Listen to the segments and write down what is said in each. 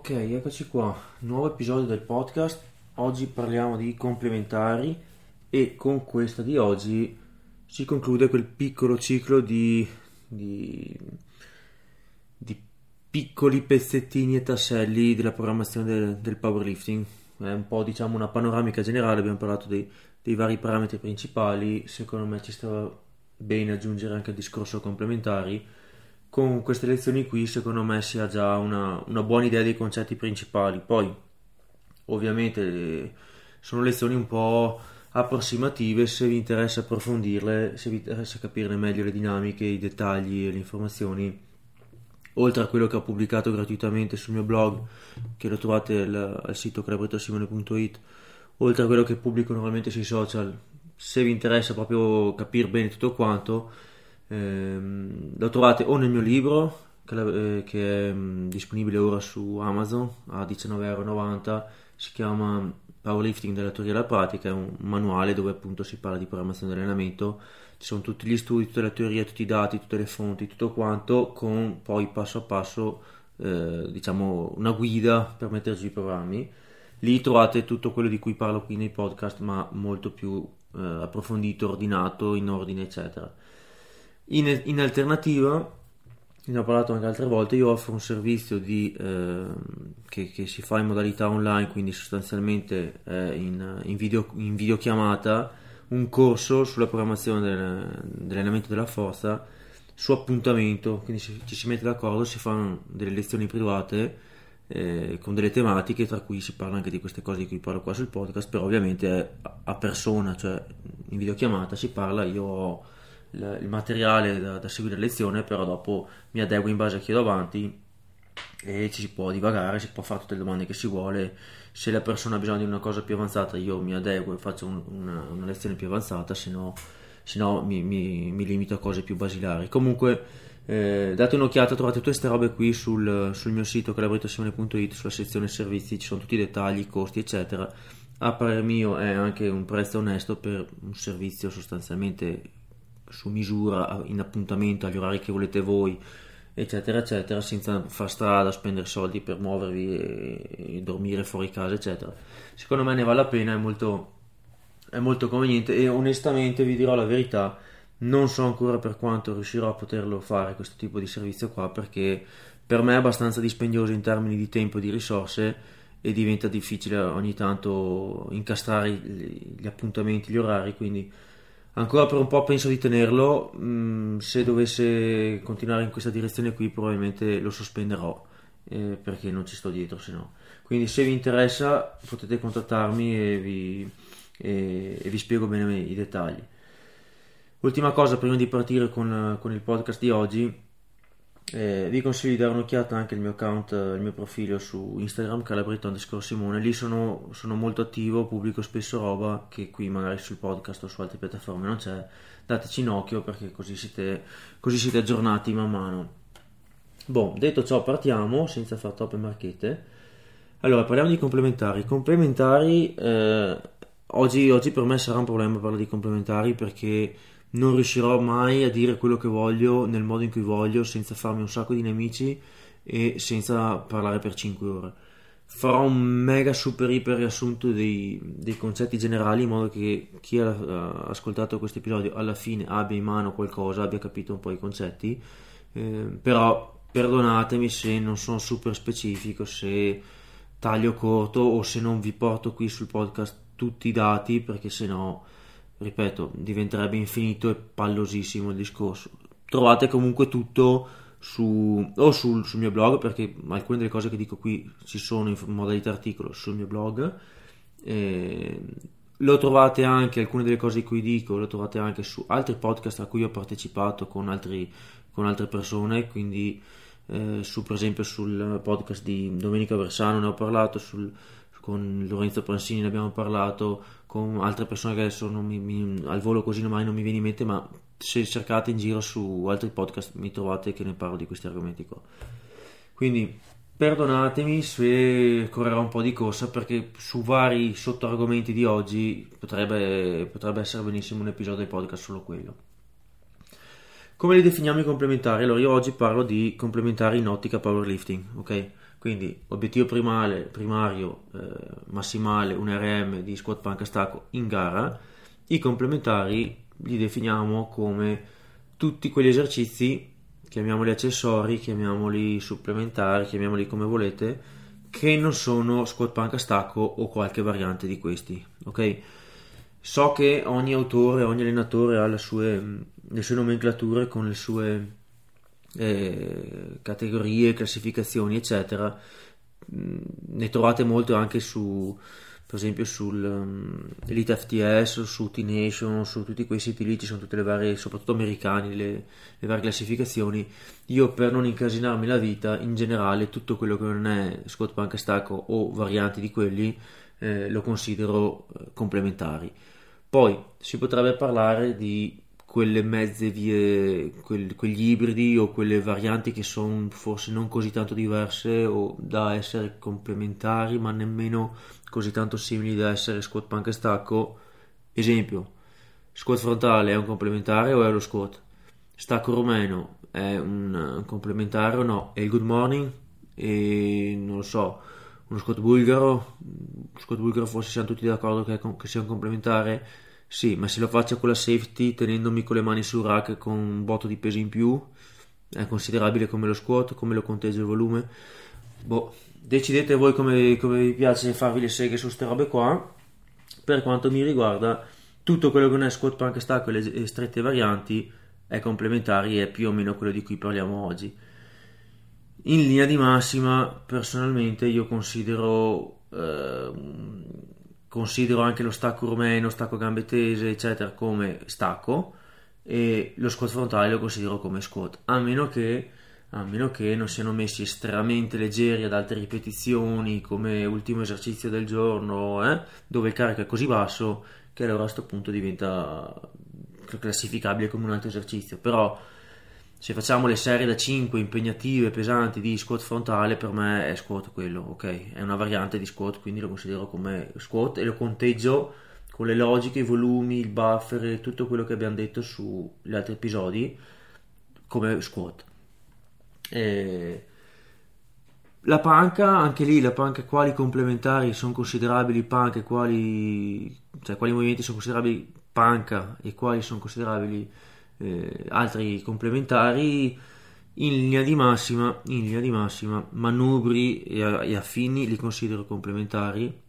Ok, eccoci qua, nuovo episodio del podcast. Oggi parliamo di complementari e con questa di oggi si conclude quel piccolo ciclo di piccoli pezzettini e tasselli della programmazione del powerlifting. È un po', diciamo, una panoramica generale. Abbiamo parlato dei vari parametri principali. Secondo me ci stava bene aggiungere anche il discorso complementari. Con queste lezioni qui secondo me si ha già una buona idea dei concetti principali. Poi ovviamente sono lezioni un po' approssimative. Se vi interessa approfondirle, se vi interessa capirne meglio le dinamiche, i dettagli e le informazioni, oltre a quello che ho pubblicato gratuitamente sul mio blog, che lo trovate al sito calabrettosimone.it, oltre a quello che pubblico normalmente sui social, se vi interessa proprio capire bene tutto quanto, lo trovate o nel mio libro che è disponibile ora su Amazon a 19,90 €. Si chiama Powerlifting dalla teoria alla pratica, è un manuale dove appunto si parla di programmazione dell'allenamento. Ci sono tutti gli studi, tutte le teorie, tutti i dati, tutte le fonti, tutto quanto, con poi passo a passo diciamo una guida per metterci i programmi. Lì trovate tutto quello di cui parlo qui nei podcast, ma molto più approfondito, ordinato, in ordine, eccetera. In alternativa, ne ho parlato anche altre volte, io offro un servizio che si fa in modalità online, quindi sostanzialmente in videochiamata, un corso sulla programmazione dell'allenamento della forza su appuntamento, quindi ci si mette d'accordo, si fanno delle lezioni private con delle tematiche, tra cui si parla anche di queste cose di cui parlo qua sul podcast, però ovviamente è a persona, cioè in videochiamata si parla, io ho il materiale da seguire la lezione, però dopo mi adeguo in base a chi ho davanti e ci si può divagare, si può fare tutte le domande che si vuole. Se la persona ha bisogno di una cosa più avanzata, io mi adeguo e faccio una lezione più avanzata, se no mi limito a cose più basilari. Comunque date un'occhiata, trovate tutte queste robe qui sul mio sito calabrettosimone.it, sulla sezione servizi, ci sono tutti i dettagli, i costi, eccetera. A parer mio è anche un prezzo onesto per un servizio sostanzialmente su misura, in appuntamento agli orari che volete voi, eccetera eccetera, senza far strada, spendere soldi per muovervi e dormire fuori casa, eccetera. Secondo me ne vale la pena, è molto conveniente e onestamente vi dirò la verità, non so ancora per quanto riuscirò a poterlo fare questo tipo di servizio qua, perché per me è abbastanza dispendioso in termini di tempo e di risorse e diventa difficile ogni tanto incastrare gli appuntamenti, gli orari, quindi ancora per un po' penso di tenerlo. Se dovesse continuare in questa direzione qui probabilmente lo sospenderò, perché non ci sto dietro, se no. Quindi se vi interessa potete contattarmi e vi spiego bene i dettagli. Ultima cosa prima di partire con il podcast di oggi, vi consiglio di dare un'occhiata anche al mio account, il mio profilo su Instagram, calabretto_simone. Lì sono molto attivo, pubblico spesso roba che qui magari sul podcast o su altre piattaforme non c'è. Dateci un occhio, perché così siete aggiornati man mano. Boh, detto ciò, partiamo senza far troppe marchette. Allora, parliamo di complementari. Oggi per me sarà un problema parlare di complementari, perché non riuscirò mai a dire quello che voglio nel modo in cui voglio, senza farmi un sacco di nemici e senza parlare per 5 ore. Farò un mega super iper riassunto dei concetti generali, in modo che chi ha ascoltato questo episodio alla fine abbia in mano qualcosa, abbia capito un po' i concetti, però perdonatemi se non sono super specifico, se taglio corto o se non vi porto qui sul podcast tutti i dati, perché sennò, ripeto, diventerebbe infinito e pallosissimo il discorso. Trovate comunque tutto sul mio blog, perché alcune delle cose che dico qui ci sono in modalità articolo sul mio blog. Lo trovate anche, alcune delle cose di cui dico lo trovate anche su altri podcast a cui ho partecipato con altre persone, quindi per esempio sul podcast di Domenica Versano ne ho parlato, con Lorenzo Pransini ne abbiamo parlato, con altre persone che adesso al volo così mai non mi viene in mente, ma se cercate in giro su altri podcast mi trovate che ne parlo di questi argomenti qua. Quindi perdonatemi se correrò un po' di corsa, perché su vari sottoargomenti di oggi potrebbe essere benissimo un episodio del podcast solo quello. Come li definiamo i complementari? Allora, io oggi parlo di complementari in ottica powerlifting, ok? Quindi obiettivo primario, massimale, un RM di squat panca stacco in gara. I complementari li definiamo come tutti quegli esercizi, chiamiamoli accessori, chiamiamoli supplementari, chiamiamoli come volete, che non sono squat panca stacco o qualche variante di questi, ok? So che ogni autore, ogni allenatore ha le sue nomenclature con le sue categorie, classificazioni, eccetera. Ne trovate molto anche per esempio sul Elite FTS, su T-Nation, su tutti quei siti lì ci sono tutte le varie, soprattutto americani, le varie classificazioni. Io, per non incasinarmi la vita, in generale tutto quello che non è squat panca stacco o varianti di quelli lo considero complementari. Poi si potrebbe parlare di quelle mezze vie, quegli ibridi o quelle varianti che sono forse non così tanto diverse o da essere complementari, ma nemmeno così tanto simili da essere squat panca stacco. Esempio, squat frontale è un complementare o è lo squat? Stacco romeno è un complementare o no? È il good morning? E non lo so, uno squat bulgaro forse siamo tutti d'accordo che sia un complementare. Sì, ma se lo faccio con la safety, tenendomi con le mani sul rack con un botto di peso in più, è considerabile come lo squat? Come lo conteggio il volume? Boh, decidete voi come vi piace farvi le seghe su ste robe qua. Per quanto mi riguarda, tutto quello che non è squat panca stacco e le strette varianti è complementari, è più o meno quello di cui parliamo oggi. In linea di massima, personalmente, io considero anche lo stacco rumeno, stacco gambe tese, eccetera, come stacco, e lo squat frontale lo considero come squat, a meno che non siano messi estremamente leggeri ad alte ripetizioni, come ultimo esercizio del giorno, dove il carico è così basso che allora a questo punto diventa classificabile come un altro esercizio. Però se facciamo le serie da 5 impegnative, pesanti di squat frontale, per me è squat quello, ok? È una variante di squat, quindi lo considero come squat e lo conteggio con le logiche, i volumi, il buffer e tutto quello che abbiamo detto sugli altri episodi come squat. La panca, anche lì, la panca, quali complementari sono considerabili panca e quali movimenti sono considerabili panca e quali sono considerabili altri complementari. In linea di massima, manubri e affini li considero complementari.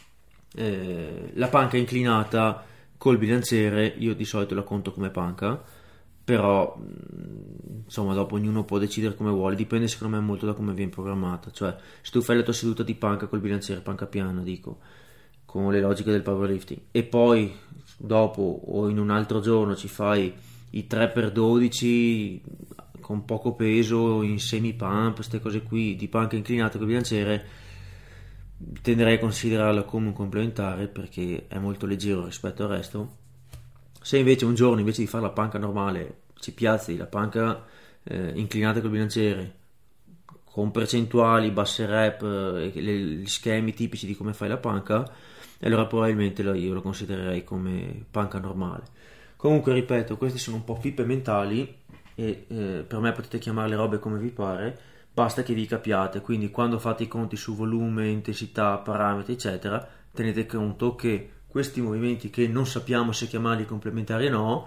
La panca inclinata col bilanciere io di solito la conto come panca, però insomma dopo ognuno può decidere come vuole, dipende secondo me molto da come viene programmata. Cioè, se tu fai la tua seduta di panca col bilanciere, panca piana dico, con le logiche del powerlifting, e poi dopo o in un altro giorno ci fai i 3x12 con poco peso in semi pump, queste cose qui di panca inclinata col bilanciere, tenderei a considerarla come un complementare perché è molto leggero rispetto al resto. Se invece un giorno, invece di fare la panca normale, ci piazzi la panca inclinata col bilanciere con percentuali, basse rep, gli schemi tipici di come fai la panca, allora probabilmente io lo considererei come panca normale. Comunque, ripeto, questi sono un po' pippe mentali e per me potete chiamarle robe come vi pare, basta che vi capiate. Quindi quando fate i conti su volume, intensità, parametri, eccetera, tenete conto che questi movimenti, che non sappiamo se chiamarli complementari o no,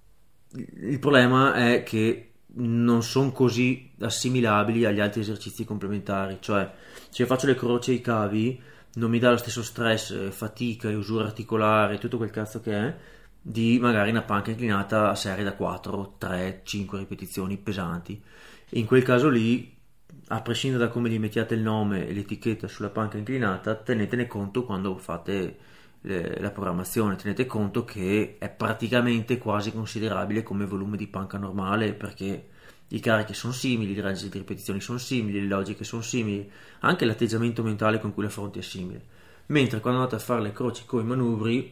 il problema è che non sono così assimilabili agli altri esercizi complementari. Cioè, se io faccio le croci e i cavi, non mi dà lo stesso stress, fatica e usura articolare, tutto quel cazzo che è, di magari una panca inclinata a serie da 4, 3, 5 ripetizioni pesanti. E in quel caso lì, a prescindere da come gli mettiate il nome e l'etichetta sulla panca inclinata, tenetene conto quando fate la programmazione, tenete conto che è praticamente quasi considerabile come volume di panca normale, perché i carichi sono simili, i range di ripetizioni sono simili, le logiche sono simili, anche l'atteggiamento mentale con cui la affronti è simile. Mentre quando andate a fare le croci con i manubri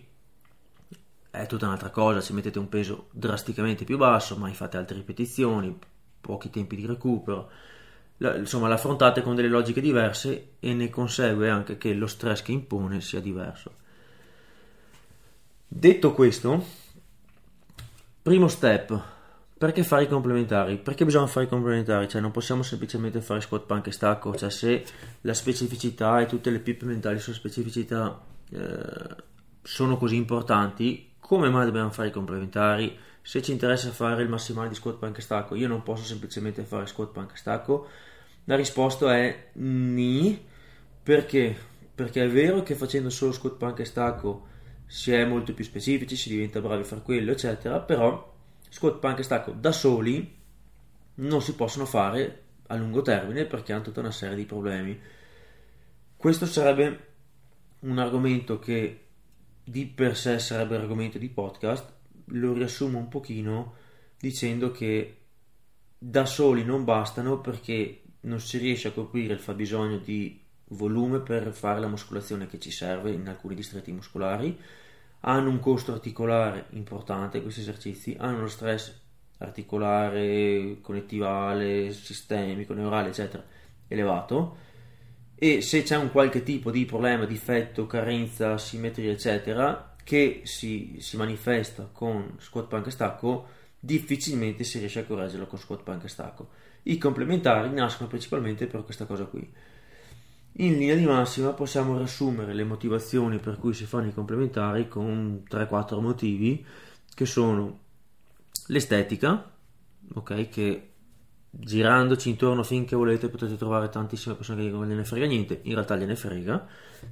è tutta un'altra cosa, ci mettete un peso drasticamente più basso, ma fate altre ripetizioni, pochi tempi di recupero, insomma l'affrontate con delle logiche diverse e ne consegue anche che lo stress che impone sia diverso. Detto questo, primo step, Perché fare i complementari? Perché bisogna fare i complementari? Cioè non possiamo semplicemente fare squat, plank e stacco, cioè se la specificità e tutte le pippe mentali sulla specificità sono così importanti, come mai dobbiamo fare i complementari? Se ci interessa fare il massimale di squat, plank e stacco, io non posso semplicemente fare squat, plank e stacco? La risposta è ni, perché? Perché è vero che facendo solo squat, plank e stacco si è molto più specifici, si diventa bravi a fare quello, eccetera, però squat, plank e stacco da soli non si possono fare a lungo termine perché hanno tutta una serie di problemi. Questo sarebbe un argomento che di per sé sarebbe argomento di podcast. Lo riassumo un pochino dicendo che da soli non bastano perché non si riesce a coprire il fabbisogno di volume per fare la muscolazione che ci serve in alcuni distretti muscolari, hanno un costo articolare importante questi esercizi, hanno uno stress articolare, connettivale, sistemico, neurale, eccetera, elevato, e se c'è un qualche tipo di problema, difetto, carenza, simmetria, eccetera, che si manifesta con squat, plank e stacco, difficilmente si riesce a correggerlo con squat, plank e stacco. I complementari nascono principalmente per questa cosa qui. In linea di massima possiamo riassumere le motivazioni per cui si fanno i complementari con 3-4 motivi, che sono l'estetica, ok, che girandoci intorno finché volete potete trovare tantissime persone che non gliene frega niente, in realtà gliene frega,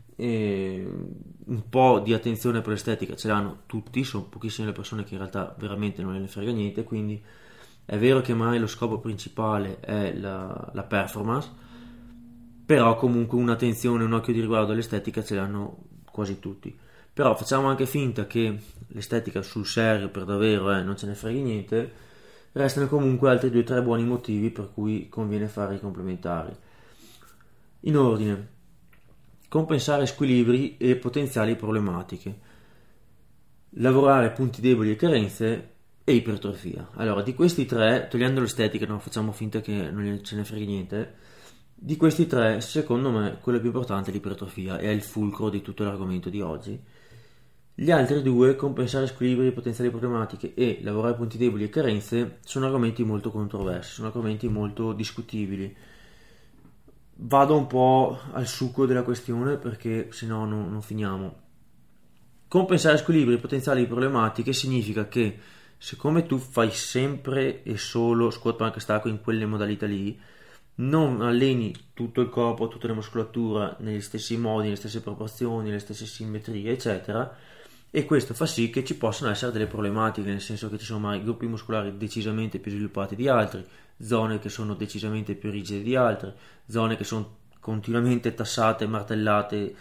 e un po' di attenzione per l'estetica ce l'hanno tutti, sono pochissime le persone che in realtà veramente non gliene frega niente, quindi è vero che mai lo scopo principale è la performance, però comunque un'attenzione, un occhio di riguardo all'estetica ce l'hanno quasi tutti. Però facciamo anche finta che l'estetica sul serio per davvero non ce ne freghi niente, restano comunque altri 2-3 buoni motivi per cui conviene fare i complementari. In ordine: compensare squilibri e potenziali problematiche, lavorare punti deboli e carenze e ipertrofia. Allora, di questi tre, togliendo l'estetica, non facciamo finta che non ce ne freghi niente, di questi tre, secondo me, quello più importante è l'ipertrofia e è il fulcro di tutto l'argomento di oggi. Gli altri due, compensare squilibri, potenziali problematiche e lavorare punti deboli e carenze, sono argomenti molto controversi, sono argomenti molto discutibili. Vado un po' al succo della questione perché se no non finiamo. Compensare squilibri, potenziali problematiche significa che siccome tu fai sempre e solo squat, plank e stacco in quelle modalità lì, non alleni tutto il corpo, tutta la muscolatura negli stessi modi, nelle stesse proporzioni, nelle stesse simmetrie, eccetera, e questo fa sì che ci possano essere delle problematiche, nel senso che ci sono magari gruppi muscolari decisamente più sviluppati di altri, zone che sono decisamente più rigide di altre, zone che sono continuamente tassate, martellate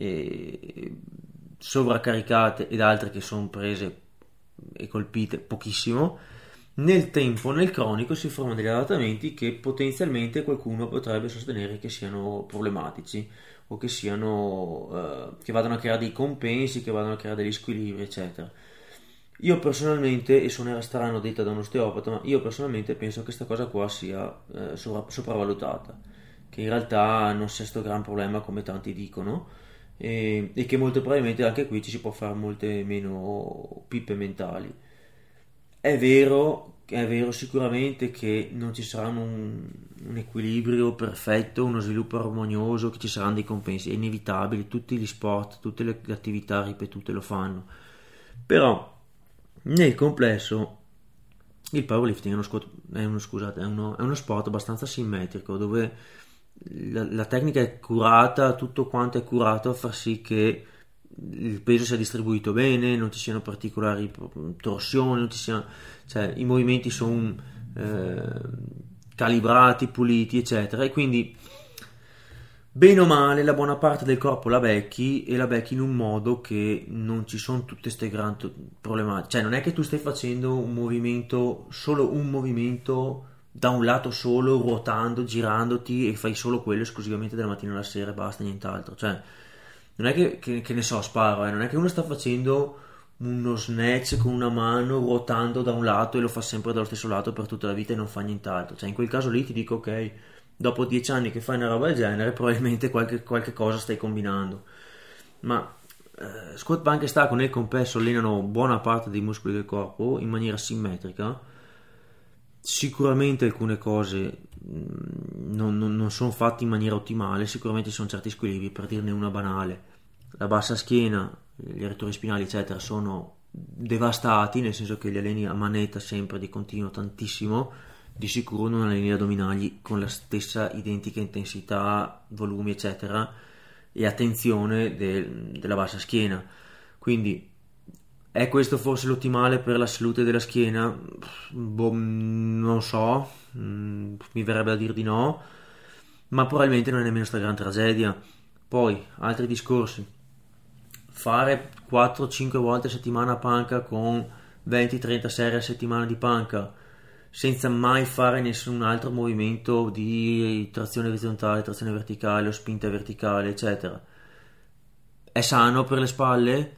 e sovraccaricate, ed altre che sono prese e colpite pochissimo. Nel tempo, nel cronico, si formano degli adattamenti che potenzialmente qualcuno potrebbe sostenere che siano problematici o che siano che vadano a creare dei compensi, che vadano a creare degli squilibri, eccetera. Io personalmente, e suonerà strano detta da un osteopata, ma io personalmente penso che questa cosa qua sia sopravvalutata, che in realtà non sia sto gran problema come tanti dicono, e che molto probabilmente anche qui ci si può fare molte meno pippe mentali. È vero sicuramente che non ci sarà un equilibrio perfetto, uno sviluppo armonioso, che ci saranno dei compensi, è inevitabile, tutti gli sport, tutte le attività ripetute lo fanno, però nel complesso il powerlifting è uno sport abbastanza simmetrico, dove la tecnica è curata, tutto quanto è curato a far sì che il peso sia distribuito bene, non ci siano particolari torsioni, non ci siano, cioè i movimenti sono calibrati, puliti, eccetera, e quindi bene o male la buona parte del corpo la becchi, e la becchi in un modo che non ci sono tutte queste grandi problematiche, cioè non è che tu stai facendo solo un movimento da un lato solo, ruotando, girandoti, e fai solo quello esclusivamente dalla mattina alla sera e basta, nient'altro. Cioè non è che ne so, sparo, non è che uno sta facendo uno snatch con una mano ruotando da un lato e lo fa sempre dallo stesso lato per tutta la vita e non fa nient'altro. Cioè in quel caso lì ti dico ok, dopo 10 anni che fai una roba del genere probabilmente qualche cosa stai combinando, ma squat, plank e stacco nel complesso allenano buona parte dei muscoli del corpo in maniera simmetrica, Sicuramente alcune cose non sono fatte in maniera ottimale, sicuramente ci sono certi squilibri. Per dirne una banale, la bassa schiena, gli erettori spinali eccetera sono devastati, nel senso che li alleni a manetta sempre di continuo tantissimo. Di sicuro non alleni gli addominali con la stessa identica intensità, volumi eccetera e attenzione della bassa schiena. Quindi è questo forse l'ottimale per la salute della schiena? Boh, non so, mi verrebbe da dire di no, ma probabilmente non è nemmeno sta gran tragedia. Poi, altri discorsi. Fare 4-5 volte a settimana panca con 20-30 serie a settimana di panca, senza mai fare nessun altro movimento di trazione orizzontale, trazione verticale o spinta verticale, eccetera. È sano per le spalle?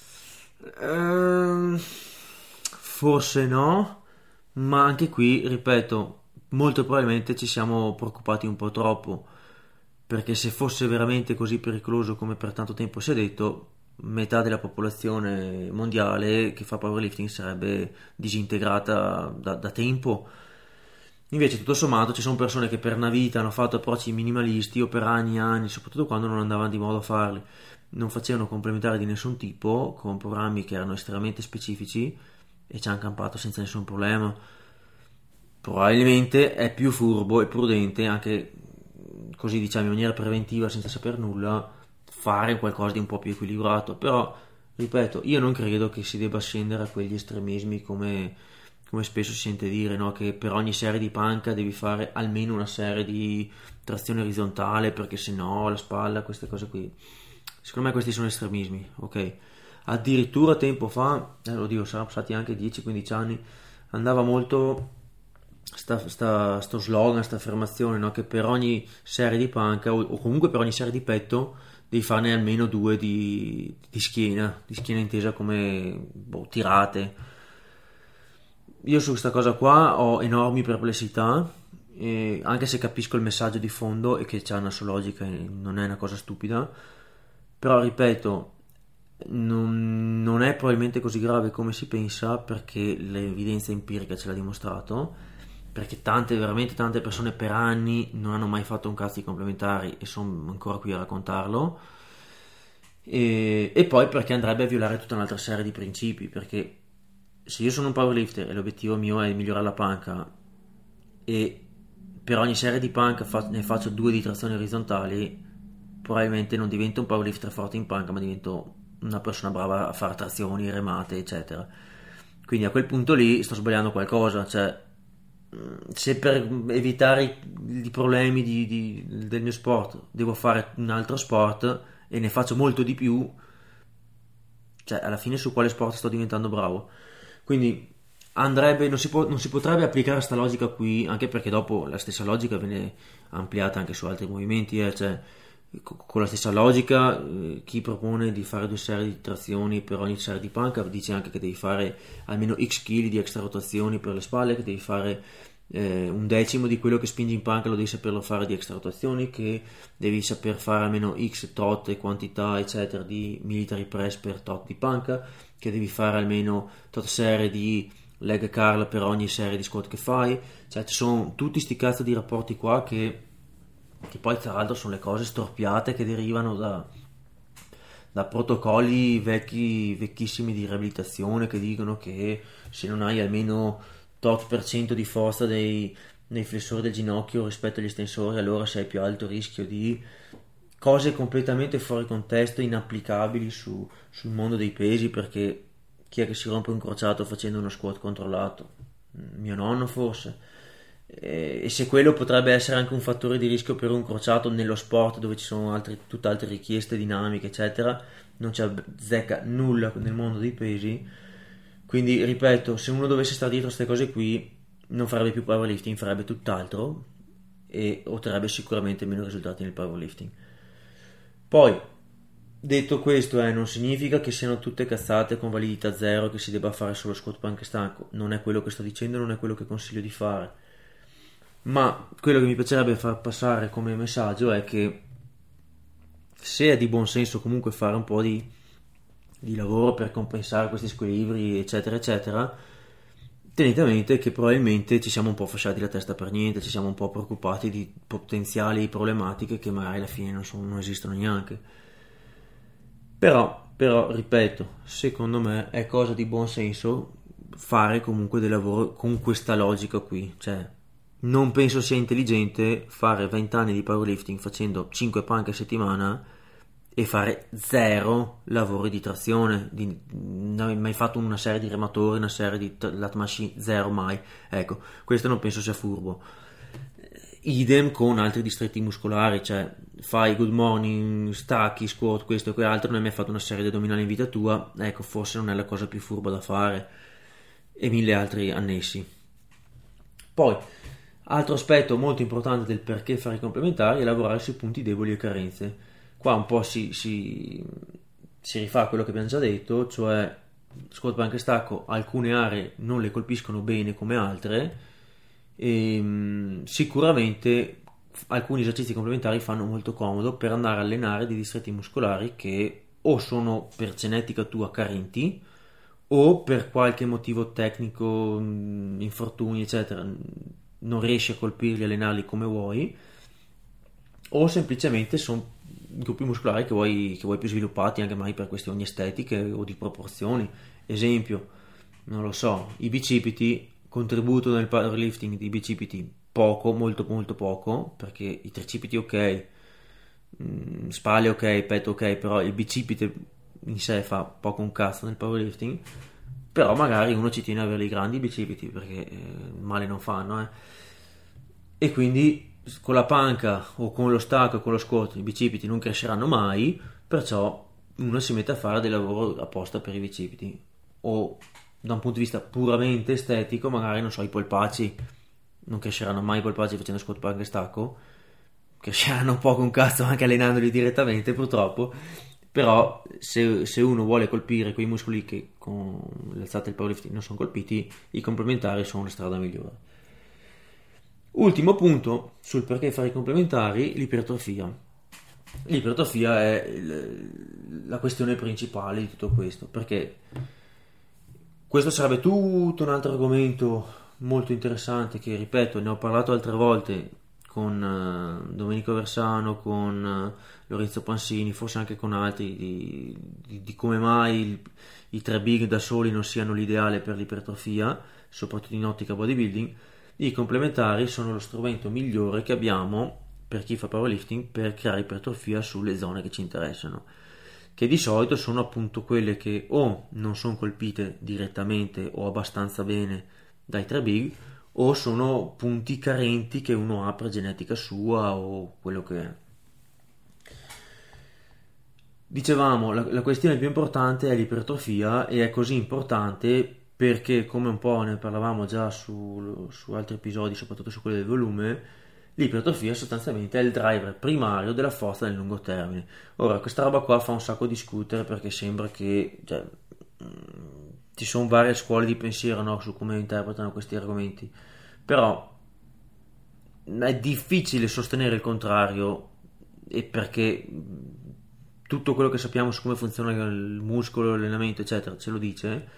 Forse no, ma anche qui, ripeto, molto probabilmente ci siamo preoccupati un po' troppo, perché se fosse veramente così pericoloso come per tanto tempo si è detto, metà della popolazione mondiale che fa powerlifting sarebbe disintegrata da tempo. Invece, tutto sommato, ci sono persone che per una vita hanno fatto approcci minimalisti o per anni e anni, soprattutto quando non andavano di modo a farli, non facevano complementari di nessun tipo, con programmi che erano estremamente specifici e ci hanno campato senza nessun problema. Probabilmente è più furbo e prudente, anche così diciamo in maniera preventiva, senza saper nulla, fare qualcosa di un po' più equilibrato. Però, ripeto, io non credo che si debba scendere a quegli estremismi come spesso si sente dire, no? Che per ogni serie di panca devi fare almeno una serie di trazione orizzontale perché se no la spalla, queste cose qui. Secondo me questi sono estremismi, ok? Addirittura tempo fa, oddio, saranno passati anche 10-15 anni, andava molto sto slogan, sta affermazione, no? Che per ogni serie di panca o comunque per ogni serie di petto devi farne almeno due di schiena intesa come tirate. Io su questa cosa qua ho enormi perplessità, anche se capisco il messaggio di fondo e che c'ha una sua logica e non è una cosa stupida, però ripeto, non è probabilmente così grave come si pensa perché l'evidenza empirica ce l'ha dimostrato, perché veramente tante persone per anni non hanno mai fatto un cazzo di complementari e sono ancora qui a raccontarlo, e poi perché andrebbe a violare tutta un'altra serie di principi, perché se io sono un powerlifter e l'obiettivo mio è migliorare la panca e per ogni serie di panca ne faccio 2 di trazioni orizzontali, probabilmente non divento un powerlifter forte in panca, ma divento una persona brava a fare trazioni, remate, eccetera. Quindi a quel punto lì sto sbagliando qualcosa, cioè se per evitare i problemi del mio sport devo fare un altro sport e ne faccio molto di più, cioè alla fine su quale sport sto diventando bravo? Quindi non si potrebbe applicare questa logica qui, anche perché dopo la stessa logica viene ampliata anche su altri movimenti, cioè con la stessa logica chi propone di fare 2 serie di trazioni per ogni serie di panca dice anche che devi fare almeno x kg di extra rotazioni per le spalle, che devi fare un decimo di quello che spingi in panca lo devi saperlo fare di extra rotazioni, che devi saper fare almeno x tot e quantità eccetera di military press per tot di panca, che devi fare almeno tot serie di leg curl per ogni serie di squat che fai. Cioè ci sono tutti sti cazzo di rapporti qua che poi tra l'altro sono le cose storpiate che derivano da protocolli vecchissimi di riabilitazione che dicono che se non hai almeno tot per cento di forza nei flessori del ginocchio rispetto agli estensori allora sei più alto rischio di cose completamente fuori contesto, inapplicabili sul mondo dei pesi, perché chi è che si rompe un crociato facendo uno squat controllato? Mio nonno forse. E se quello potrebbe essere anche un fattore di rischio per un crociato nello sport dove ci sono tutte altre richieste dinamiche eccetera, non c'è zecca nulla nel mondo dei pesi. Quindi ripeto, se uno dovesse stare dietro a queste cose qui non farebbe più powerlifting, farebbe tutt'altro e otterrebbe sicuramente meno risultati nel powerlifting. Poi detto questo, non significa che siano tutte cazzate con validità zero, che si debba fare solo squat panca stanco, non è quello che sto dicendo, non è quello che consiglio di fare, ma quello che mi piacerebbe far passare come messaggio è che se è di buon senso comunque fare un po' di lavoro per compensare questi squilibri eccetera eccetera, tenete a mente che probabilmente ci siamo un po' fasciati la testa per niente, ci siamo un po' preoccupati di potenziali problematiche che magari alla fine non esistono neanche. Però, ripeto, secondo me è cosa di buon senso fare comunque del lavoro con questa logica qui, cioè non penso sia intelligente fare 20 anni di powerlifting facendo 5 panche a settimana e fare zero lavori di trazione, non hai mai fatto una serie di rematori, una serie di lat machine, zero mai. Ecco, questo non penso sia furbo. Idem con altri distretti muscolari, cioè fai good morning, stacchi, squat, questo e quell'altro, non hai mai fatto una serie di addominali in vita tua, ecco, forse non è la cosa più furba da fare, e mille altri annessi. Poi, altro aspetto molto importante del perché fare i complementari è lavorare sui punti deboli e carenze. Qua un po' si rifà a quello che abbiamo già detto, cioè squat, plank e stacco, alcune aree non le colpiscono bene come altre, e sicuramente alcuni esercizi complementari fanno molto comodo per andare a allenare dei distretti muscolari che o sono per genetica tua carenti o per qualche motivo tecnico, infortuni eccetera, non riesci a colpirli, allenarli come vuoi, o semplicemente sono gruppi muscolari che vuoi più sviluppati anche magari per questioni estetiche o di proporzioni. Esempio, non lo so, i bicipiti, contributo nel powerlifting di bicipiti poco, molto molto poco, perché i tricipiti ok, spalle ok, petto ok, però il bicipite in sé fa poco un cazzo nel powerlifting. Però magari uno ci tiene ad avere i grandi bicipiti perché male non fanno, e quindi con la panca o con lo stacco o con lo squat i bicipiti non cresceranno mai, perciò uno si mette a fare del lavoro apposta per i bicipiti, o da un punto di vista puramente estetico magari non so, i polpacci non cresceranno mai, i polpacci facendo squat, panca e stacco cresceranno poco un cazzo anche allenandoli direttamente purtroppo. Però se uno vuole colpire quei muscoli che con l'alzata del powerlifting non sono colpiti, i complementari sono la strada migliore. Ultimo punto sul perché fare i complementari: l'ipertrofia. L'ipertrofia è la questione principale di tutto questo, perché questo sarebbe tutto un altro argomento molto interessante che, ripeto, ne ho parlato altre volte con Domenico Versano, con Lorenzo Pansini, forse anche con altri, di come mai i 3 big da soli non siano l'ideale per l'ipertrofia, soprattutto in ottica bodybuilding. I complementari sono lo strumento migliore che abbiamo per chi fa powerlifting per creare ipertrofia sulle zone che ci interessano, che di solito sono appunto quelle che o non sono colpite direttamente o abbastanza bene dai 3 big, o sono punti carenti che uno ha per genetica sua o quello che è. Dicevamo, la questione più importante è l'ipertrofia, e è così importante perché, come un po' ne parlavamo già su altri episodi, soprattutto su quello del volume, l'ipertrofia sostanzialmente è il driver primario della forza nel lungo termine. Ora, questa roba qua fa un sacco discutere perché sembra che ci sono varie scuole di pensiero, no, su come interpretano questi argomenti, però è difficile sostenere il contrario, e perché tutto quello che sappiamo su come funziona il muscolo, l'allenamento eccetera ce lo dice.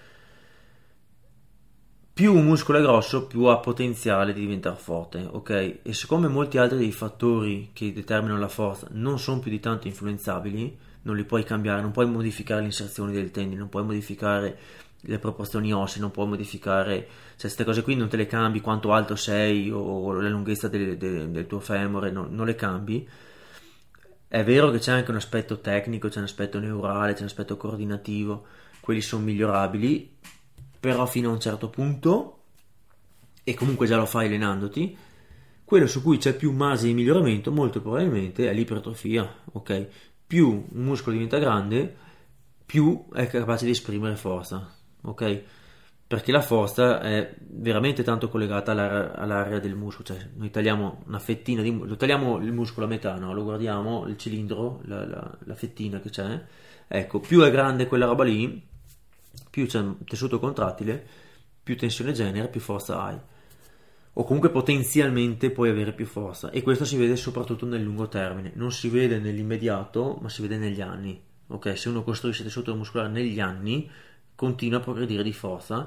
Più un muscolo è grosso, più ha potenziale di diventare forte, ok? E siccome molti altri dei fattori che determinano la forza non sono più di tanto influenzabili, non li puoi cambiare, non puoi modificare le inserzioni del tendine, non puoi modificare le proporzioni ossee, non puoi modificare, cioè queste cose qui non te le cambi, quanto alto sei o la lunghezza del tuo femore, non le cambi. È vero che c'è anche un aspetto tecnico, c'è un aspetto neurale, c'è un aspetto coordinativo, quelli sono migliorabili, però fino a un certo punto, e comunque già lo fai allenandoti. Quello su cui c'è più margine di miglioramento molto probabilmente è l'ipertrofia, ok? Più un muscolo diventa grande, più è capace di esprimere forza, ok? Perché la forza è veramente tanto collegata all'area del muscolo, cioè noi tagliamo una fettina lo tagliamo il muscolo a metà, no? Lo guardiamo, il cilindro, la fettina che c'è, ecco, più è grande quella roba lì, più c'è un tessuto contrattile, più tensione genera, più forza hai, o comunque potenzialmente puoi avere più forza, e questo si vede soprattutto nel lungo termine, non si vede nell'immediato ma si vede negli anni, ok? Se uno costruisce tessuto muscolare negli anni continua a progredire di forza,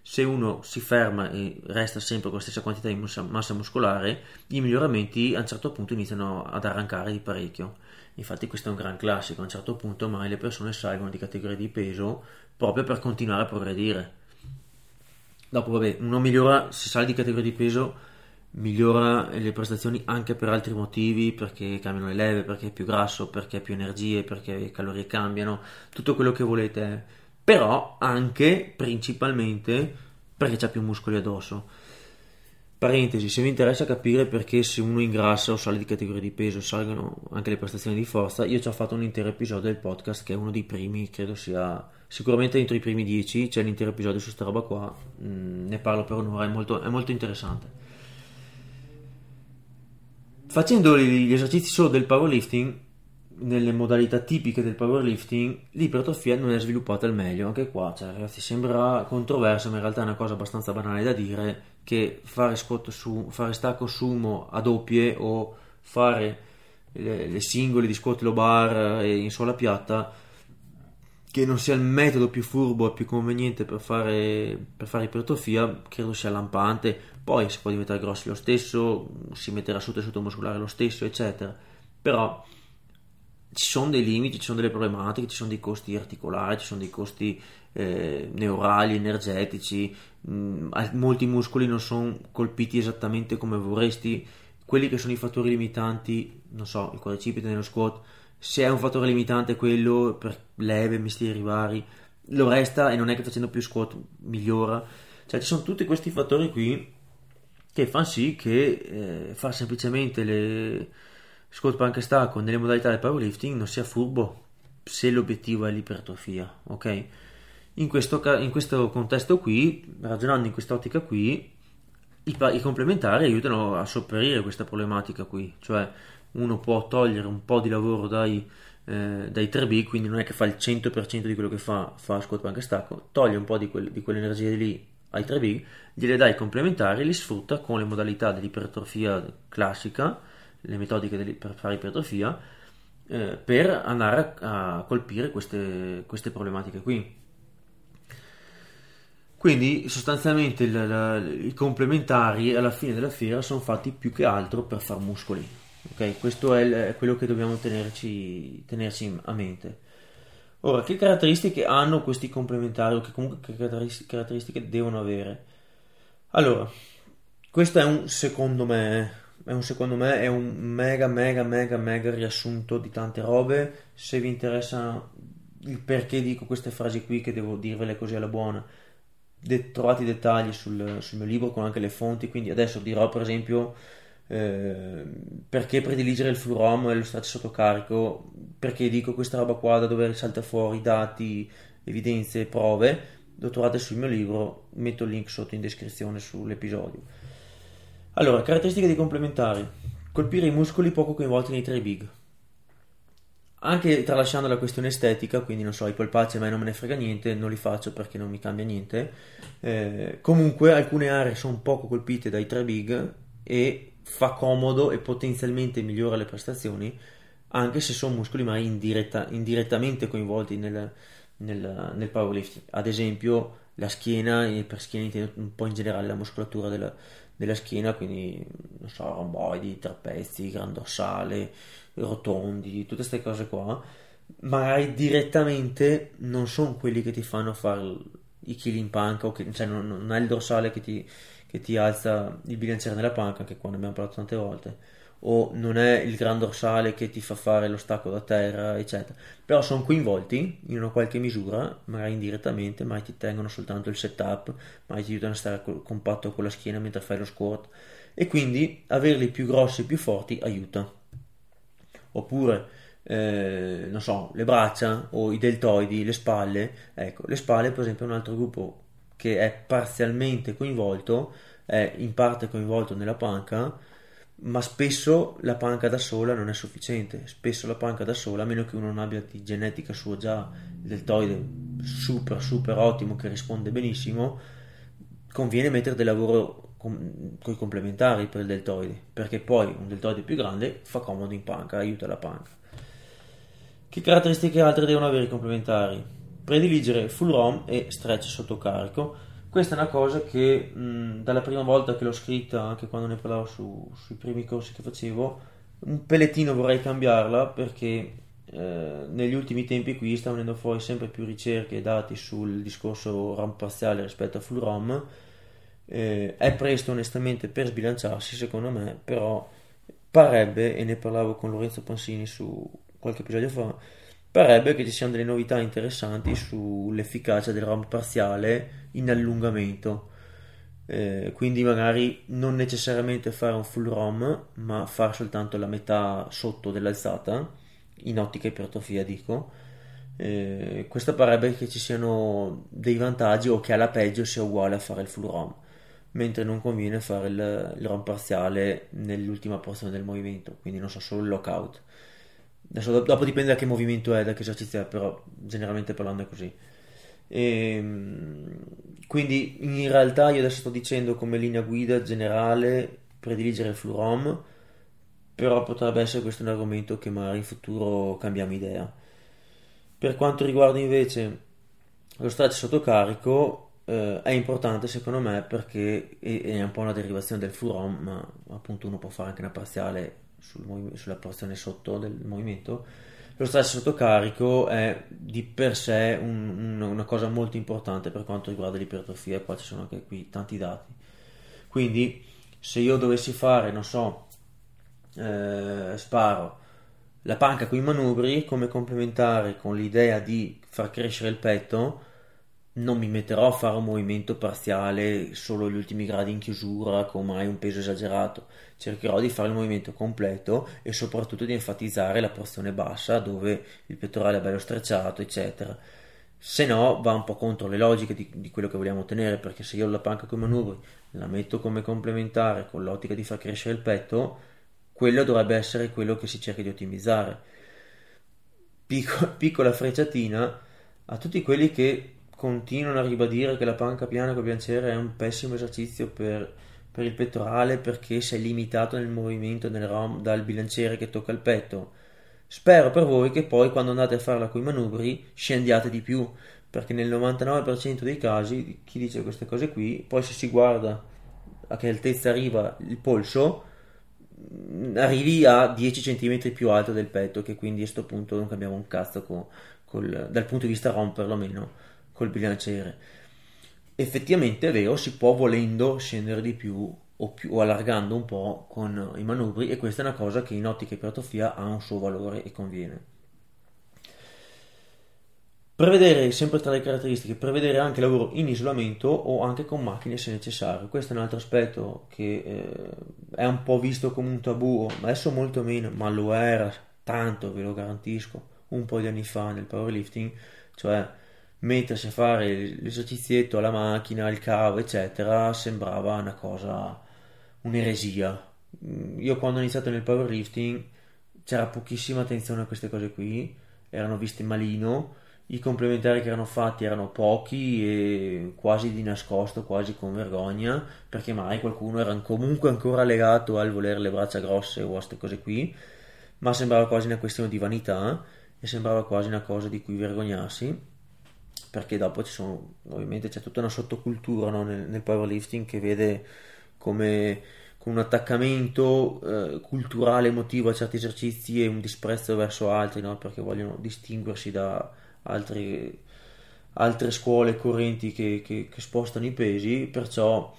se uno si ferma e resta sempre con la stessa quantità di massa muscolare, i miglioramenti a un certo punto iniziano ad arrancare di parecchio. Infatti questo è un gran classico, a un certo punto mai le persone salgono di categoria di peso proprio per continuare a progredire. Dopo vabbè, uno migliora, se sale di categoria di peso, migliora le prestazioni anche per altri motivi, perché cambiano le leve, perché è più grasso, perché ha più energie, perché le calorie cambiano, tutto quello che volete, però anche principalmente perché c'ha più muscoli addosso. Parentesi, se vi interessa capire perché se uno ingrassa o sale di categoria di peso salgono anche le prestazioni di forza, io ci ho fatto un intero episodio del podcast che è uno dei primi, credo sia sicuramente entro i primi 10, c'è l'intero episodio su sta roba qua, ne parlo per un'ora, è molto interessante. Facendo gli esercizi solo del powerlifting, nelle modalità tipiche del powerlifting, l'ipertrofia non è sviluppata al meglio. Anche qua, cioè, ragazzi, sembra controverso, ma in realtà è una cosa abbastanza banale da dire, che fare fare stacco sumo a doppie o fare le singole di squat low bar in sola piatta, che non sia il metodo più furbo e più conveniente per fare ipertrofia, credo sia lampante. Poi si può diventare grossi lo stesso, si metterà su tessuto muscolare lo stesso, eccetera, però ci sono dei limiti, ci sono delle problematiche, ci sono dei costi articolari, ci sono dei costi neurali, energetici, molti muscoli non sono colpiti esattamente come vorresti, quelli che sono i fattori limitanti, non so, il quadricipite nello squat, se è un fattore limitante quello per leve, mestieri vari, lo resta e non è che facendo più squat migliora, cioè ci sono tutti questi fattori qui che fanno sì che far semplicemente le squat, panca e stacco nelle modalità del powerlifting non sia furbo se l'obiettivo è l'ipertrofia, ok? In questo contesto qui, ragionando in quest'ottica qui, i complementari aiutano a sopperire questa problematica qui, cioè uno può togliere un po' di lavoro dai 3B, quindi non è che fa il 100% di quello che fa squat, panca e stacco, toglie un po' di quelle energie lì ai 3B, gliele dai complementari, li sfrutta con le modalità dell'ipertrofia classica, le metodiche per fare ipertrofia, per andare a colpire queste problematiche qui. Quindi sostanzialmente i complementari alla fine della fiera sono fatti più che altro per far muscoli, ok? Questo è quello che dobbiamo tenerci a mente. Ora, che caratteristiche hanno questi complementari o che comunque che caratteristiche devono avere? Allora, questo è un secondo me è un mega riassunto di tante robe. Se vi interessa il perché dico queste frasi qui, che devo dirvele così alla buona, trovate i dettagli sul mio libro con anche le fonti, quindi adesso dirò per esempio perché prediligere il full ROM e lo stretch sotto carico, perché dico questa roba qua, da dove salta fuori dati, evidenze, prove, lo trovate sul mio libro, metto il link sotto in descrizione sull'episodio. Allora, caratteristiche dei complementari: colpire i muscoli poco coinvolti nei 3 big, anche tralasciando la questione estetica, quindi non so, i polpacci a me non me ne frega niente, non li faccio perché non mi cambia niente, comunque alcune aree sono poco colpite dai 3 big e fa comodo e potenzialmente migliora le prestazioni, anche se sono muscoli mai indirettamente coinvolti nel powerlifting. Ad esempio la schiena, e per schiena intendo un po' in generale la muscolatura della schiena, quindi non so, romboidi, trapezi, grandorsale, rotondi, tutte queste cose qua, magari direttamente non sono quelli che ti fanno fare i chili in panca, cioè non è il dorsale che ti alza il bilanciere nella panca, anche qua ne abbiamo parlato tante volte, o non è il gran dorsale che ti fa fare lo stacco da terra, eccetera, però sono coinvolti in una qualche misura, magari indirettamente, magari ti tengono soltanto il setup, magari ti aiutano a stare compatto con la schiena mentre fai lo squat, e quindi averli più grossi e più forti aiuta. Oppure non so, le braccia o i deltoidi, le spalle. Ecco, le spalle per esempio è un altro gruppo che è parzialmente coinvolto, è in parte coinvolto nella panca, ma spesso la panca da sola non è sufficiente. Spesso la panca da sola, a meno che uno non abbia di genetica sua già il deltoide super ottimo che risponde benissimo, conviene mettere del lavoro con i complementari per il deltoide, perché poi un deltoide più grande fa comodo in panca, aiuta la panca. Che caratteristiche altre devono avere i complementari? Prediligere full ROM e stretch sotto carico. Questa è una cosa che dalla prima volta che l'ho scritta, anche quando ne parlavo sui primi corsi che facevo, un pelettino vorrei cambiarla perché negli ultimi tempi qui stanno venendo fuori sempre più ricerche e dati sul discorso ROM parziale rispetto a full ROM. È presto onestamente per sbilanciarsi secondo me, però parebbe, e ne parlavo con Lorenzo Pansini su qualche episodio fa, parebbe che ci siano delle novità interessanti sull'efficacia del ROM parziale in allungamento. Quindi magari non necessariamente fare un full ROM, ma fare soltanto la metà sotto dell'alzata, in ottica ipertrofia dico. Questo parebbe che ci siano dei vantaggi o che alla peggio sia uguale a fare il full ROM, mentre non conviene fare il ROM parziale nell'ultima porzione del movimento, quindi non so, solo il lockout. Adesso dopo dipende da che movimento è, da che esercizio è, però generalmente parlando è così. Quindi in realtà io adesso sto dicendo come linea guida generale prediligere il full ROM, però potrebbe essere questo un argomento che magari in futuro cambiamo idea. Per quanto riguarda invece lo stretch sotto carico, è importante secondo me perché è un po' una derivazione del full ROM, ma appunto uno può fare anche una parziale sulla porzione sotto del movimento. Lo stress sotto carico è di per sé una cosa molto importante per quanto riguarda l'ipertrofia, e qua ci sono anche qui tanti dati. Quindi se io dovessi fare, non so, sparo la panca con i manubri come complementare con l'idea di far crescere il petto, non mi metterò a fare un movimento parziale solo gli ultimi gradi in chiusura con mai un peso esagerato. Cercherò di fare il movimento completo e soprattutto di enfatizzare la porzione bassa dove il pettorale è bello strecciato, eccetera. Se no va un po' contro le logiche di quello che vogliamo ottenere, perché se io la panca con i manubri la metto come complementare con l'ottica di far crescere il petto, quello dovrebbe essere quello che si cerca di ottimizzare. Piccola frecciatina a tutti quelli che continuano a ribadire che la panca piana col bilanciere è un pessimo esercizio per il pettorale perché sei limitato nel movimento nel ROM dal bilanciere che tocca il petto. Spero per voi che poi quando andate a farla con i manubri scendiate di più, perché nel 99% dei casi chi dice queste cose qui, poi se si guarda a che altezza arriva il polso, arrivi a 10 cm più alto del petto, che quindi a questo punto non cambiamo un cazzo dal punto di vista ROM perlomeno col bilanciere. Effettivamente è vero, si può volendo scendere di più o allargando un po' con i manubri, e questa è una cosa che in ottica ipertrofia ha un suo valore e conviene. Prevedere, sempre tra le caratteristiche, prevedere anche lavoro in isolamento o anche con macchine se necessario. Questo è un altro aspetto che è un po' visto come un tabù, adesso molto meno, ma lo era tanto, ve lo garantisco, un po' di anni fa nel powerlifting, cioè mettersi a fare l'esercizietto alla macchina, il cavo, eccetera, sembrava una cosa, un'eresia. Io quando ho iniziato nel powerlifting c'era pochissima attenzione a queste cose qui, erano viste malino, i complementari che erano fatti erano pochi e quasi di nascosto, quasi con vergogna, perché magari qualcuno era comunque ancora legato al volere le braccia grosse o a queste cose qui, ma sembrava quasi una questione di vanità e sembrava quasi una cosa di cui vergognarsi, perché dopo ovviamente c'è tutta una sottocultura, no, nel powerlifting che vede come con un attaccamento culturale emotivo a certi esercizi e un disprezzo verso altri, no, perché vogliono distinguersi da altre scuole correnti che spostano i pesi, perciò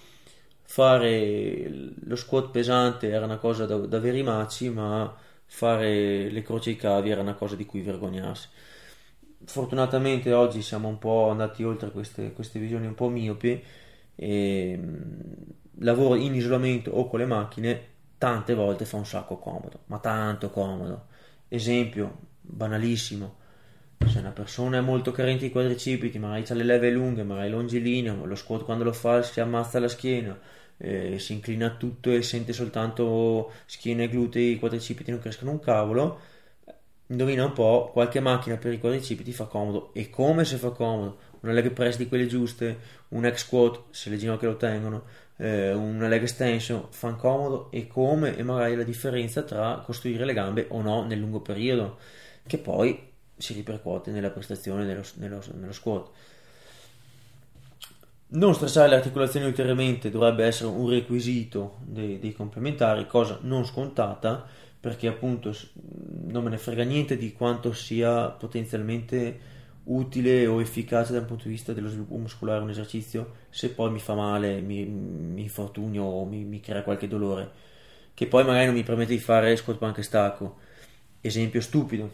fare lo squat pesante era una cosa da veri maci, ma fare le croci ai cavi era una cosa di cui vergognarsi. Fortunatamente oggi siamo un po' andati oltre queste visioni un po' miopi e lavoro in isolamento o con le macchine tante volte fa un sacco comodo, ma tanto comodo. Esempio banalissimo: se una persona è molto carente di quadricipiti, magari ha le leve lunghe, magari longilineo, lo squat quando lo fa si ammazza la schiena, si inclina tutto e sente soltanto schiena e glutei, i quadricipiti non crescono un cavolo. Indovina un po', qualche macchina per i quadricipiti fa comodo, e come se fa comodo. Una leg press di quelle giuste, un hack squat se le ginocchia lo tengono, una leg extension fanno comodo, e come, e magari la differenza tra costruire le gambe o no nel lungo periodo, che poi si ripercuote nella prestazione nello squat. Non stressare le articolazioni ulteriormente dovrebbe essere un requisito dei complementari, cosa non scontata, perché appunto non me ne frega niente di quanto sia potenzialmente utile o efficace dal punto di vista dello sviluppo muscolare un esercizio, se poi mi fa male, mi infortunio o mi crea qualche dolore, che poi magari non mi permette di fare squat plank e stacco. Esempio stupido,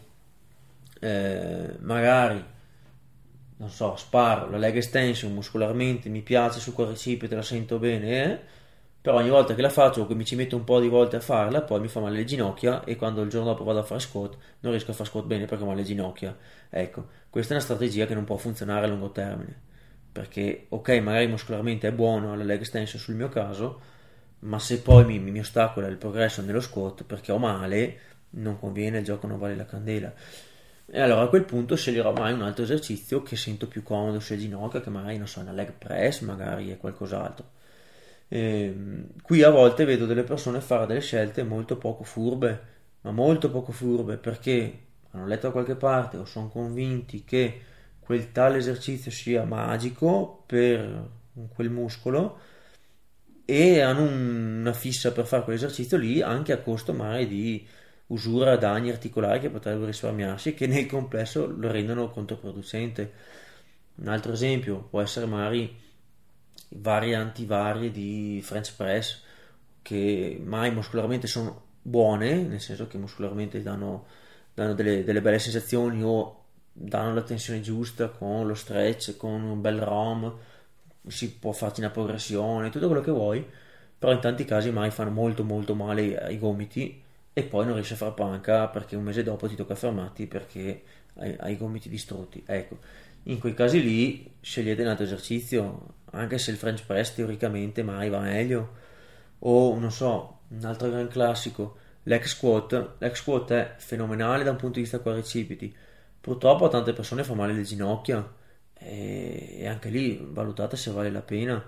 magari non so, sparo la leg extension muscolarmente, mi piace sul quadricipite, la sento bene, però ogni volta che la faccio o che mi ci metto un po' di volte a farla, poi mi fa male le ginocchia e quando il giorno dopo vado a fare squat non riesco a fare squat bene perché ho male le ginocchia. Ecco, questa è una strategia che non può funzionare a lungo termine, perché ok, magari muscolarmente è buono la leg extension sul mio caso, ma se poi mi ostacola il progresso nello squat perché ho male, non conviene, il gioco non vale la candela. E allora a quel punto sceglierò mai un altro esercizio che sento più comodo sulle ginocchia, che magari non so, una leg press, magari è qualcos'altro. Qui a volte vedo delle persone fare delle scelte molto poco furbe, ma molto poco furbe, perché hanno letto da qualche parte o sono convinti che quel tale esercizio sia magico per quel muscolo e hanno una fissa per fare quell'esercizio lì anche a costo magari di usura, danni articolari che potrebbero risparmiarsi e che nel complesso lo rendono controproducente. Un altro esempio può essere magari varianti varie di French press che mai muscolarmente sono buone, nel senso che muscolarmente danno delle belle sensazioni o danno la tensione giusta con lo stretch, con un bel ROM, si può farci una progressione, tutto quello che vuoi, però in tanti casi mai fanno molto molto male ai gomiti e poi non riesci a far panca perché un mese dopo ti tocca fermarti perché hai i gomiti distrutti. Ecco, in quei casi lì scegliete un altro esercizio, anche se il French press teoricamente mai va meglio, o non so, un altro gran classico, l'ex squat. L'ex squat è fenomenale da un punto di vista quadricipiti, purtroppo a tante persone fa male le ginocchia e anche lì valutate se vale la pena.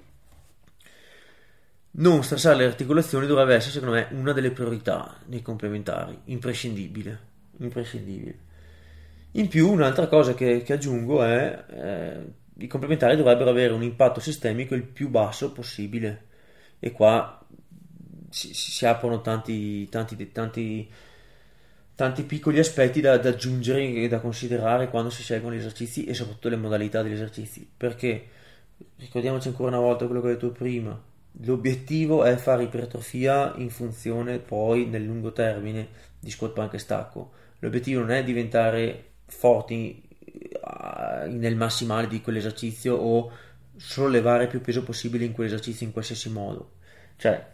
Non stressare le articolazioni dovrebbe essere, secondo me, una delle priorità nei complementari, imprescindibile, imprescindibile. In più, un'altra cosa che aggiungo è i complementari dovrebbero avere un impatto sistemico il più basso possibile. E qua si aprono tanti piccoli aspetti da aggiungere e da considerare quando si scelgono gli esercizi e soprattutto le modalità degli esercizi. Perché, ricordiamoci ancora una volta quello che ho detto prima, l'obiettivo è fare ipertrofia in funzione poi nel lungo termine di squat plank e stacco. L'obiettivo non è diventare forti nel massimale di quell'esercizio o sollevare più peso possibile in quell'esercizio in qualsiasi modo. Cioè,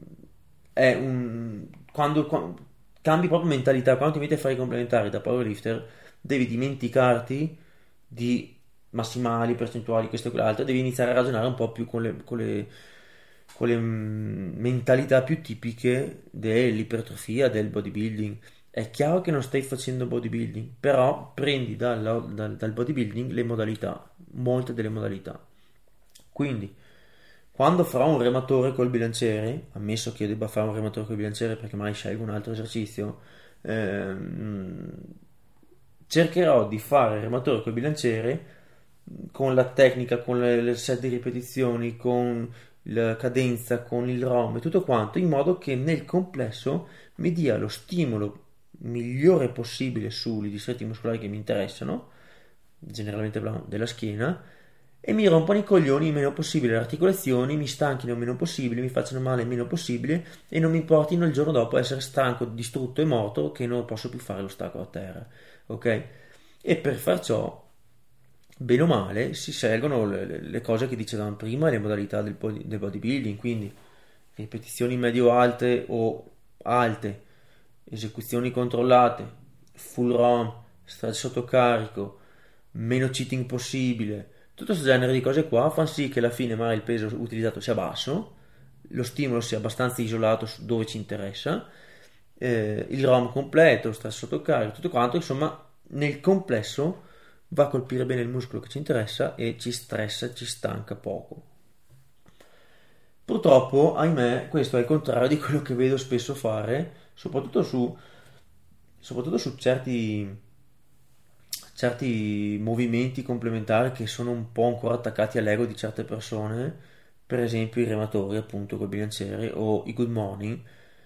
quando cambi proprio mentalità, quando ti metti a fare i complementari da powerlifter, devi dimenticarti di massimali, percentuali, questo e quell'altro, devi iniziare a ragionare un po' più con le mentalità più tipiche dell'ipertrofia, del bodybuilding. È chiaro che non stai facendo bodybuilding, però prendi dal bodybuilding le modalità, molte delle modalità. Quindi, quando farò un rematore col bilanciere, ammesso che io debba fare un rematore col bilanciere perché mai scelgo un altro esercizio, cercherò di fare il rematore col bilanciere con la tecnica, con le set di ripetizioni, con la cadenza, con il ROM e tutto quanto, in modo che nel complesso mi dia lo stimolo migliore possibile sui distretti muscolari che mi interessano, generalmente della schiena, e mi rompono i coglioni il meno possibile le articolazioni, mi stanchino il meno possibile, mi facciano male il meno possibile e non mi portino il giorno dopo a essere stanco, distrutto e morto che non posso più fare lo stacco a terra, ok? E per far ciò, bene o male, si seguono le cose che dicevamo prima, le modalità del bodybuilding, quindi ripetizioni medio-alte o alte, esecuzioni controllate, full ROM, stretch sotto carico, meno cheating possibile, tutto questo genere di cose qua fanno sì che alla fine magari il peso utilizzato sia basso, lo stimolo sia abbastanza isolato su dove ci interessa, il ROM completo, stretch sotto carico, tutto quanto, insomma, nel complesso va a colpire bene il muscolo che ci interessa e ci stressa, ci stanca poco. Purtroppo, ahimè, questo è il contrario di quello che vedo spesso fare, soprattutto su certi certi movimenti complementari che sono un po' ancora attaccati all'ego di certe persone, per esempio i rematori appunto col bilanciere o i good morning,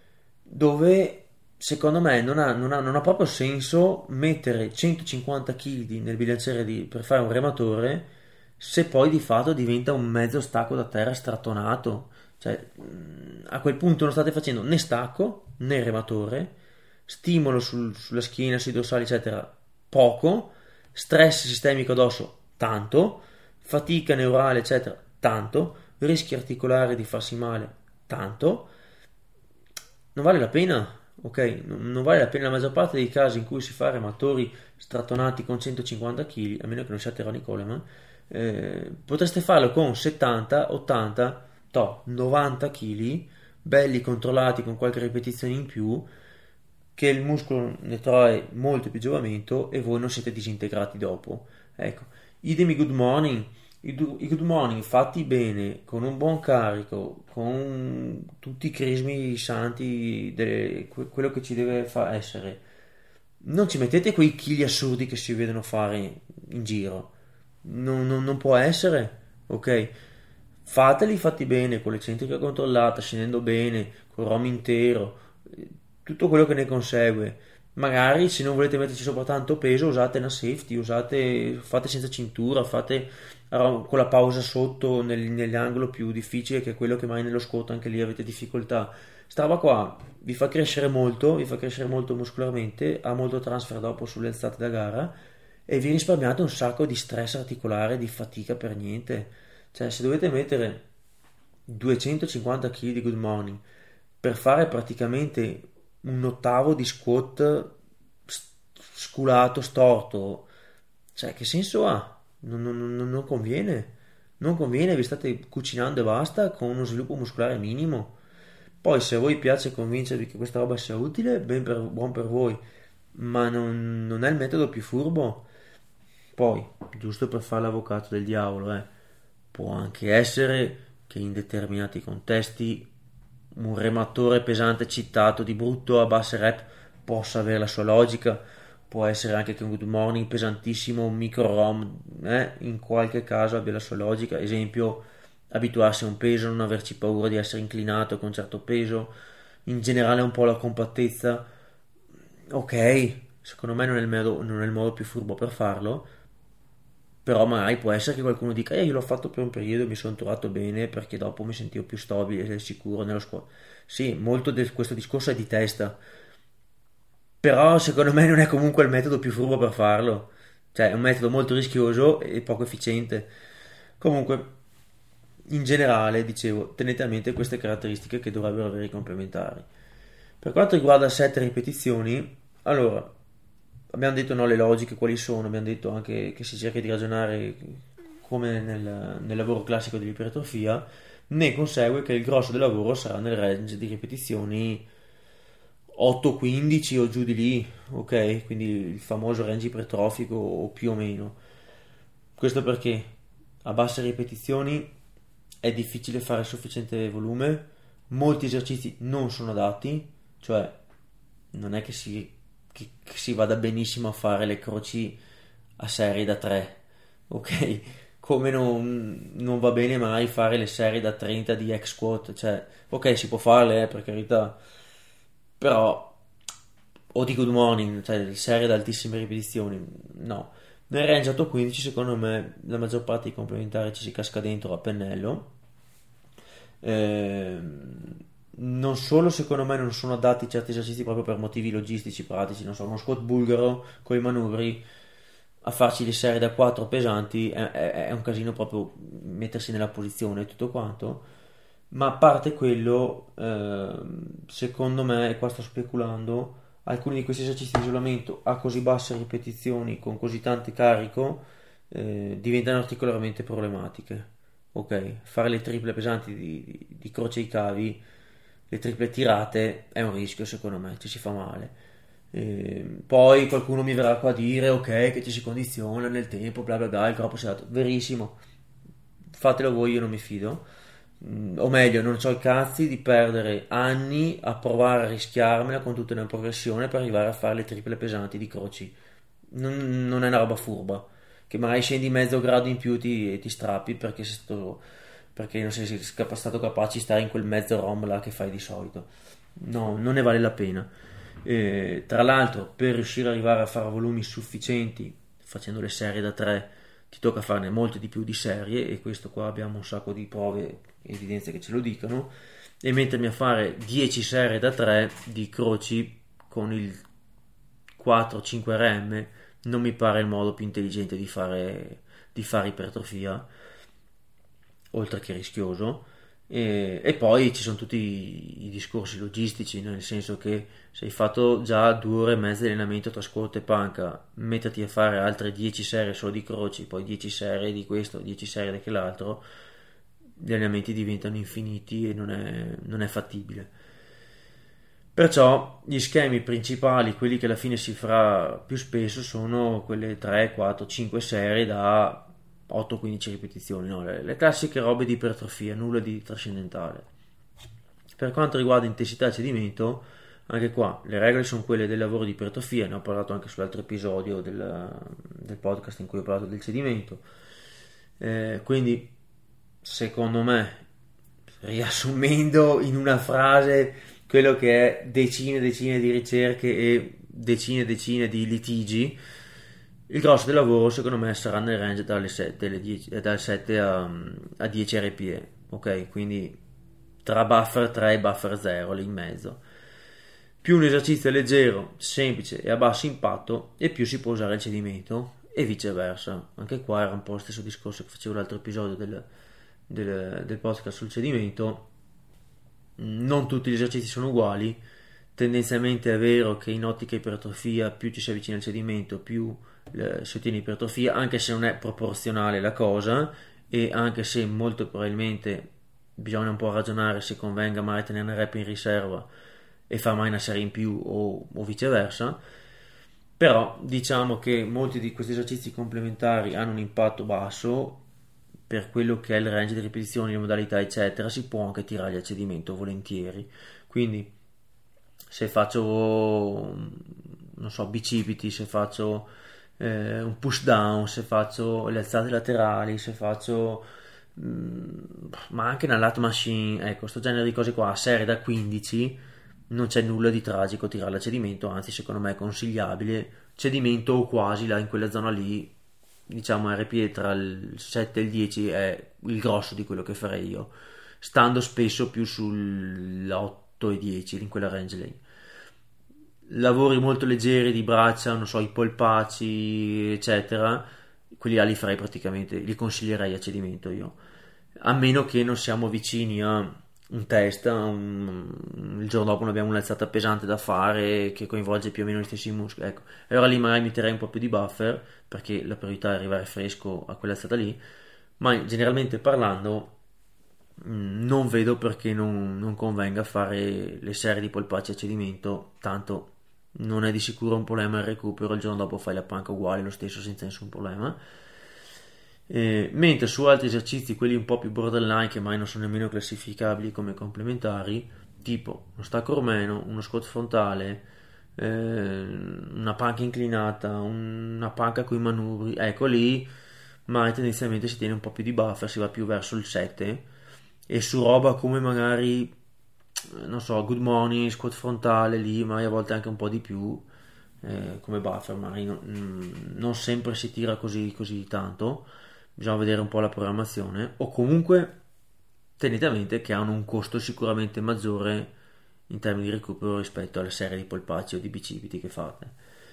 dove secondo me non ha proprio senso mettere 150 kg nel bilanciere per fare un rematore se poi di fatto diventa un mezzo stacco da terra strattonato. Cioè, a quel punto non state facendo né stacco né rematore, stimolo sulla schiena, sui dorsali, eccetera, poco, stress sistemico addosso, tanto, fatica neurale, eccetera, tanto, rischi articolari di farsi male, tanto. Non vale la pena, ok? Non vale la pena. La maggior parte dei casi in cui si fa rematori strattonati con 150 kg, a meno che non siate Ronnie Coleman, potreste farlo con 70, 80, 90 kg, belli controllati con qualche ripetizione in più, che il muscolo ne trae molto più giovamento e voi non siete disintegrati dopo. Ecco, idem i good morning. I good morning fatti bene, con un buon carico, con tutti i crismi santi, quello che ci deve essere. Non ci mettete quei chili assurdi che si vedono fare in giro. Non può essere, ok? Fateli fatti bene, con l'eccentrica controllata, scendendo bene, col ROM intero, tutto quello che ne consegue. Magari se non volete metterci sopra tanto peso, usate una safety, fate senza cintura, fate con la pausa sotto nell'angolo più difficile, che è quello che mai nello squat anche lì avete difficoltà. Sta roba qua vi fa crescere molto muscolarmente, ha molto transfer dopo sulle alzate da gara e vi risparmiate un sacco di stress articolare, di fatica per niente. Cioè, se dovete mettere 250 kg di good morning per fare praticamente un ottavo di squat sculato, storto, cioè che senso ha? Non conviene, non conviene, vi state cucinando e basta con uno sviluppo muscolare minimo. Poi se a voi piace convincervi che questa roba sia utile, buon per voi, ma non è il metodo più furbo. Poi, giusto per fare l'avvocato del diavolo, può anche essere che in determinati contesti un rematore pesante citato di brutto a basse rep possa avere la sua logica. Può essere anche che un good morning pesantissimo, un micro ROM, in qualche caso abbia la sua logica. Esempio, abituarsi a un peso, non averci paura di essere inclinato con un certo peso, in generale un po' la compattezza. Ok, secondo me non è il modo più furbo per farlo, però magari può essere che qualcuno dica io l'ho fatto per un periodo e mi sono trovato bene perché dopo mi sentivo più stabile e sicuro nello squat. Sì, molto di questo discorso è di testa, però secondo me non è comunque il metodo più furbo per farlo, cioè è un metodo molto rischioso e poco efficiente. Comunque, in generale, dicevo, tenete a mente queste caratteristiche che dovrebbero avere i complementari. Per quanto riguarda 7 ripetizioni, allora, abbiamo detto no, le logiche quali sono, abbiamo detto anche che si cerca di ragionare come nel lavoro classico dell'ipertrofia, ne consegue che il grosso del lavoro sarà nel range di ripetizioni 8-15 o giù di lì, ok? Quindi il famoso range ipertrofico o più o meno. Questo perché a basse ripetizioni è difficile fare sufficiente volume, molti esercizi non sono adatti, cioè non è che si vada benissimo a fare le croci a serie da 3, ok? Come non va bene mai fare le serie da 30 di X squat, cioè ok, si può farle, per carità, però o di good morning, cioè serie da altissime ripetizioni, no. Nel range 8-15 secondo me la maggior parte dei complementari ci si casca dentro a pennello. Non solo secondo me non sono adatti certi esercizi proprio per motivi logistici pratici, non so, uno squat bulgaro con i manubri a farci le serie da 4 pesanti è un casino proprio mettersi nella posizione e tutto quanto, ma a parte quello, secondo me, e qua sto speculando, alcuni di questi esercizi di isolamento a così basse ripetizioni con così tanto carico diventano particolarmente problematiche. Ok, fare le triple pesanti di croce ai cavi, le triple tirate è un rischio, secondo me, ci si fa male. Poi qualcuno mi verrà qua a dire ok, che ci si condiziona nel tempo, bla bla bla, il corpo si è dato. Verissimo, fatelo voi, io non mi fido. O meglio, non ho i cazzi di perdere anni a provare a rischiarmela con tutta una progressione per arrivare a fare le triple pesanti di croci. non è una roba furba, che magari scendi mezzo grado in più e ti strappi perché non sei stato capace di stare in quel mezzo rom là che fai di solito. No, non ne vale la pena. Tra l'altro, per riuscire ad arrivare a fare volumi sufficienti facendo le serie da 3 ti tocca farne molte di più di serie, e questo qua abbiamo un sacco di prove e evidenze che ce lo dicono, e mettermi a fare 10 serie da 3 di croci con il 4-5 RM non mi pare il modo più intelligente di fare ipertrofia, oltre che rischioso. E poi ci sono tutti i discorsi logistici, nel senso che se hai fatto già 2 ore e mezza di allenamento tra squat e panca, metterti a fare altre 10 serie solo di croci, poi 10 serie di questo, 10 serie di quell'altro, gli allenamenti diventano infiniti e non è fattibile. Perciò gli schemi principali, quelli che alla fine si farà più spesso, sono quelle 3, 4, 5 serie da 8-15 ripetizioni, no? Le classiche robe di ipertrofia, nulla di trascendentale. Per quanto riguarda intensità e cedimento, anche qua le regole sono quelle del lavoro di ipertrofia, ne ho parlato anche sull'altro episodio del podcast in cui ho parlato del cedimento. Quindi secondo me, riassumendo in una frase quello che è decine e decine di ricerche e decine e decine di litigi, il grosso del lavoro secondo me sarà nel range dal 7 a 10 RPE, ok? Quindi tra buffer 3 e buffer 0 lì in mezzo. Più un esercizio è leggero, semplice e a basso impatto, e più si può usare il cedimento, e viceversa. Anche qua era un po' lo stesso discorso che facevo l'altro episodio del podcast sul cedimento. Non tutti gli esercizi sono uguali. Tendenzialmente è vero che in ottica ipertrofia più ci si avvicina al cedimento più si ottiene ipertrofia, anche se non è proporzionale la cosa, e anche se molto probabilmente bisogna un po' ragionare se convenga magari tenere una rep in riserva e far mai una serie in più o viceversa. Però diciamo che molti di questi esercizi complementari hanno un impatto basso per quello che è il range di ripetizioni, le modalità eccetera. Si può anche tirarli a cedimento volentieri, quindi se faccio, non so, bicipiti, se faccio un push down, se faccio le alzate laterali, se faccio ma anche una lat machine, ecco, sto genere di cose qua a serie da 15, non c'è nulla di tragico tirarla a cedimento, anzi secondo me è consigliabile cedimento o quasi là in quella zona lì. Diciamo RPE tra il 7 e il 10 è il grosso di quello che farei io, stando spesso più sull'8 e 10 in quella range lì. Lavori molto leggeri di braccia, non so, i polpacci eccetera, quelli là li farei praticamente, li consiglierei a cedimento io, a meno che non siamo vicini a un test, il giorno dopo non abbiamo un'alzata pesante da fare che coinvolge più o meno gli stessi muscoli, ecco, e allora lì magari metterei un po' più di buffer perché la priorità è arrivare fresco a quell'alzata lì, ma generalmente parlando non vedo perché non convenga fare le serie di polpacci a cedimento, tanto non è di sicuro un problema il recupero, il giorno dopo fai la panca uguale lo stesso senza nessun problema. Mentre su altri esercizi, quelli un po' più borderline, che mai non sono nemmeno classificabili come complementari, tipo uno stacco romeno, uno squat frontale, una panca inclinata, una panca con i manubri, ecco lì ma tendenzialmente si tiene un po' più di buffer, si va più verso il 7, e su roba come magari non so, good morning, squat frontale lì magari a volte anche un po' di più come buffer, magari non sempre si tira così tanto, bisogna vedere un po' la programmazione, o comunque tendenzialmente che hanno un costo sicuramente maggiore in termini di recupero rispetto alle serie di polpacci o di bicipiti che fate.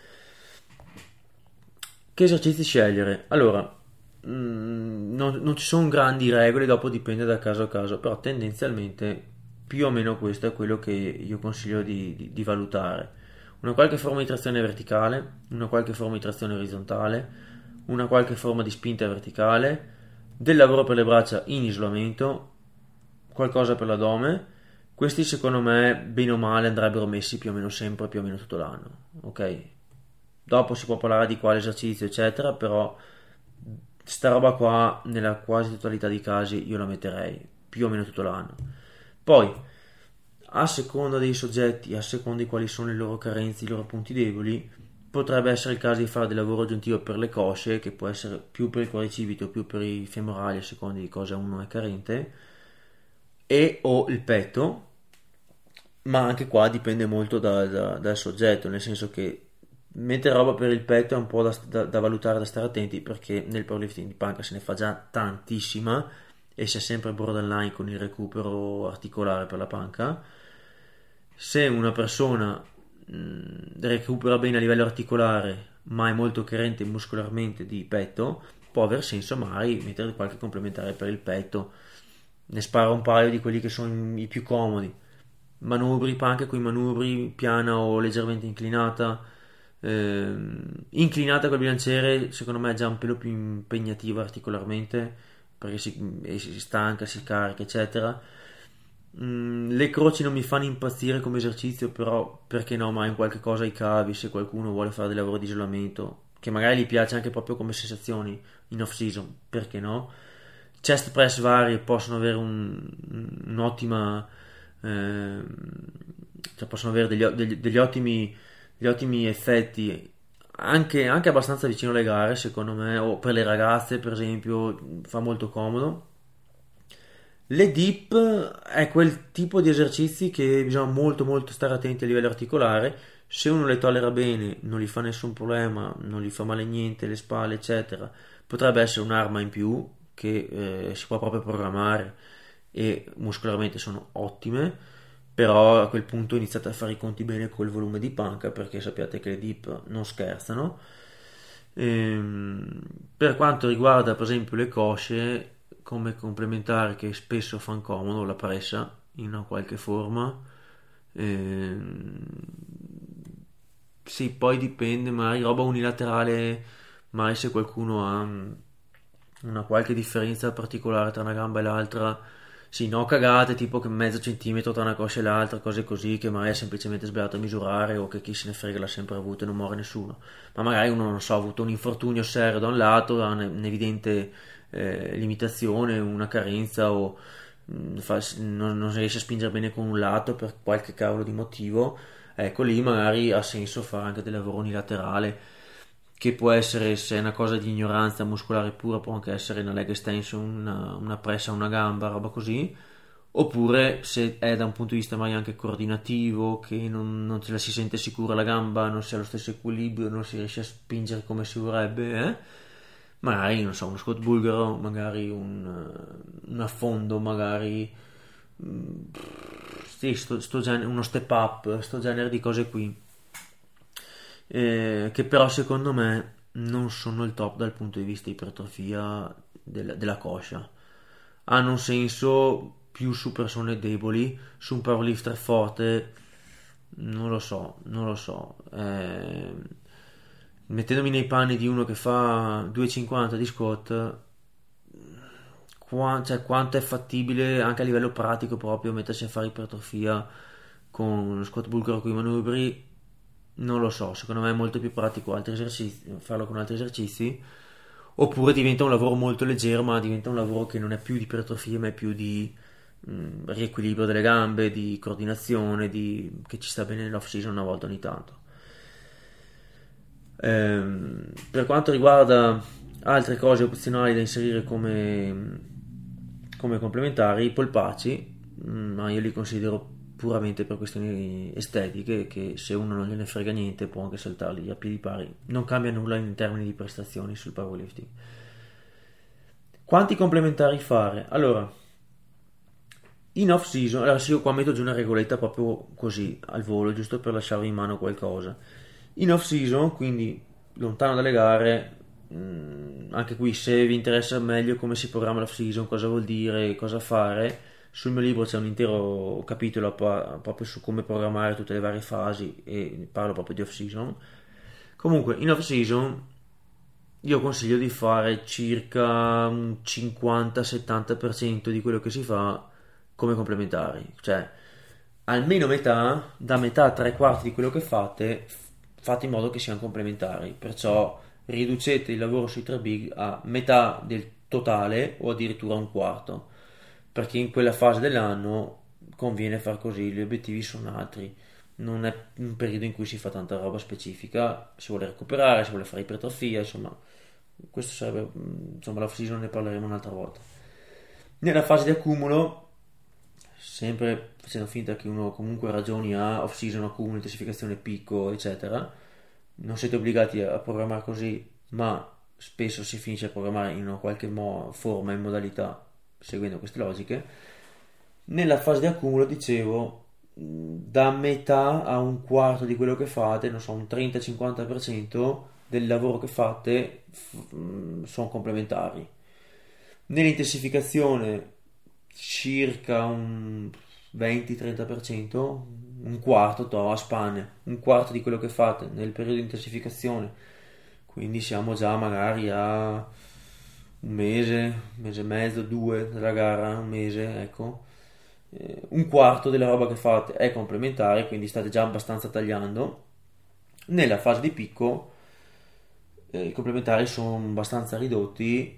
Che esercizi scegliere? Allora, non ci sono grandi regole, dopo dipende da caso a caso, però tendenzialmente più o meno questo è quello che io consiglio di valutare. Una qualche forma di trazione verticale, una qualche forma di trazione orizzontale, una qualche forma di spinta verticale, del lavoro per le braccia in isolamento, qualcosa per l'addome. Questi secondo me bene o male andrebbero messi più o meno sempre, più o meno tutto l'anno, ok? Dopo si può parlare di quale esercizio eccetera, però sta roba qua nella quasi totalità dei casi io la metterei più o meno tutto l'anno. Poi a seconda dei soggetti, a seconda di quali sono le loro carenze, i loro punti deboli, potrebbe essere il caso di fare del lavoro aggiuntivo per le cosce, che può essere più per il quadricipite o più per i femorali, a seconda di cosa uno è carente, e o il petto, ma anche qua dipende molto dal soggetto, nel senso che mettere roba per il petto è un po' da valutare, da stare attenti, perché nel powerlifting di panca se ne fa già tantissima e si è sempre borderline con il recupero articolare per la panca. Se una persona recupera bene a livello articolare ma è molto carente muscolarmente di petto, può aver senso magari mettere qualche complementare per il petto. Ne sparo un paio di quelli che sono i più comodi: manubri, panca con i manubri, piana o leggermente inclinata. Inclinata col bilanciere secondo me è già un pelo più impegnativa articolarmente, perché si stanca, si carica, eccetera. Le croci non mi fanno impazzire come esercizio, però perché no, ma in qualche cosa i cavi, se qualcuno vuole fare del lavoro di isolamento, che magari gli piace anche proprio come sensazioni in off season, perché no? Chest press vari possono avere un'ottima, cioè possono avere degli ottimi effetti, anche abbastanza vicino alle gare, secondo me, o per le ragazze, per esempio, fa molto comodo. Le dip è quel tipo di esercizi che bisogna molto molto stare attenti a livello articolare. Se uno le tollera bene, non gli fa nessun problema, non gli fa male niente, le spalle, eccetera, potrebbe essere un'arma in più che si può proprio programmare, e muscolarmente sono ottime. Però a quel punto iniziate a fare i conti bene col volume di panca, perché sappiate che le dip non scherzano. Per quanto riguarda per esempio le cosce, come complementare che spesso fanno comodo, la pressa in una qualche forma. Sì, poi dipende, magari roba unilaterale, magari se qualcuno ha una qualche differenza particolare tra una gamba e l'altra, sì, no cagate tipo che mezzo centimetro tra una coscia e l'altra, cose così, che magari è semplicemente sbagliato a misurare, o che chi se ne frega l'ha sempre avuto e non muore nessuno. Ma magari uno, non so, ha avuto un infortunio serio da un lato, ha un'evidente limitazione, una carenza, o non riesce a spingere bene con un lato per qualche cavolo di motivo. Ecco, lì magari ha senso fare anche del lavoro unilaterale, che può essere, se è una cosa di ignoranza muscolare pura, può anche essere una leg extension, una pressa a una gamba, roba così. Oppure se è da un punto di vista magari anche coordinativo, che non ce la si sente sicura la gamba, non si ha lo stesso equilibrio, non si riesce a spingere come si vorrebbe, magari, non so, uno squat bulgaro, magari un affondo, magari sì, uno step up, sto genere di cose qui, che però secondo me non sono il top dal punto di vista ipertrofia della coscia. Hanno un senso più su persone deboli. Su un powerlifter forte non lo so. Mettendomi nei panni di uno che fa 2,50 di squat, quanto è fattibile anche a livello pratico proprio mettersi a fare ipertrofia con uno squat bulgaro con i manubri, non lo so. Secondo me è molto più pratico altri esercizi, farlo con altri esercizi, oppure diventa un lavoro molto leggero, ma diventa un lavoro che non è più di ipertrofia, ma è più di riequilibrio delle gambe, di coordinazione, che ci sta bene nell'off season una volta ogni tanto. Per quanto riguarda altre cose opzionali da inserire come complementari, i polpacci, ma io li considero puramente per questioni estetiche, che se uno non gliene frega niente può anche saltarli a piedi pari, non cambia nulla in termini di prestazioni sul powerlifting. Quanti complementari fare? Allora, in off season, allora sì, io qua metto giù una regoletta proprio così al volo, giusto per lasciarvi in mano qualcosa. In off season, quindi lontano dalle gare, anche qui se vi interessa meglio come si programma l'off season, cosa vuol dire, cosa fare, sul mio libro c'è un intero capitolo proprio su come programmare tutte le varie fasi, e parlo proprio di off season. Comunque in off season io consiglio di fare circa un 50-70% di quello che si fa come complementari, cioè almeno metà, da metà a tre quarti di quello che fate in modo che siano complementari. Perciò riducete il lavoro sui 3 big a metà del totale o addirittura un quarto, perché in quella fase dell'anno conviene far così, gli obiettivi sono altri. non è un periodo in cui si fa tanta roba specifica, si vuole recuperare, si vuole fare ipertrofia, insomma, questo sarebbe, insomma, la off-season ne parleremo un'altra volta. Nella fase di accumulo, sempre facendo finta che uno comunque ragioni a off-season, accumulo, intensificazione, picco, eccetera, non siete obbligati a programmare così, ma spesso si finisce a programmare in una qualche forma e modalità seguendo queste logiche. Nella fase di accumulo, dicevo, da metà a un quarto di quello che fate, non so, un 30-50% del lavoro che fate sono complementari. Nell'intensificazione circa un 20-30%, un quarto a spanne, un quarto di quello che fate nel periodo di intensificazione, quindi siamo già magari a un mese e mezzo, due della gara, un mese, ecco. Un quarto della roba che fate è complementare, quindi state già abbastanza tagliando. Nella fase di picco i complementari sono abbastanza ridotti,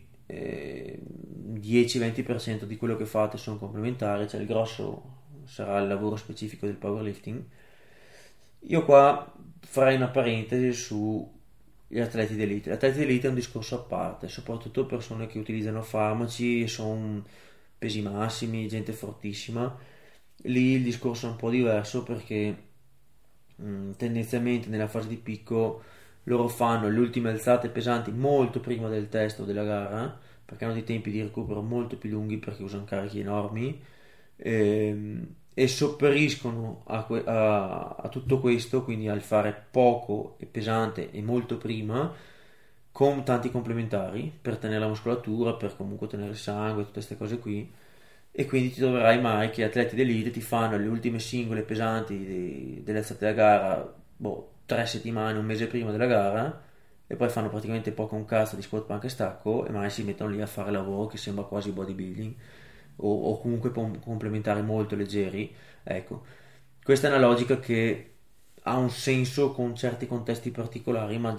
10-20% di quello che fate sono complementari, cioè il grosso sarà il lavoro specifico del powerlifting. Io qua farei una parentesi sugli atleti d'elite. Gli atleti d'elite è un discorso a parte, soprattutto persone che utilizzano farmaci e sono pesi massimi, gente fortissima. Lì il discorso è un po' diverso perché tendenzialmente nella fase di picco loro fanno le ultime alzate pesanti molto prima del test o della gara, perché hanno dei tempi di recupero molto più lunghi perché usano carichi enormi, e sopperiscono a tutto questo, quindi al fare poco e pesante e molto prima, con tanti complementari per tenere la muscolatura, per comunque tenere il sangue, tutte queste cose qui. E quindi ti troverai mai che gli atleti d'elite ti fanno le ultime singole pesanti delle alzate della gara, 3 settimane, un mese prima della gara, e poi fanno praticamente poco un cazzo di squat, plank e stacco, e magari si mettono lì a fare lavoro che sembra quasi bodybuilding, o comunque complementari molto leggeri. Ecco, questa è una logica che ha un senso con certi contesti particolari, ma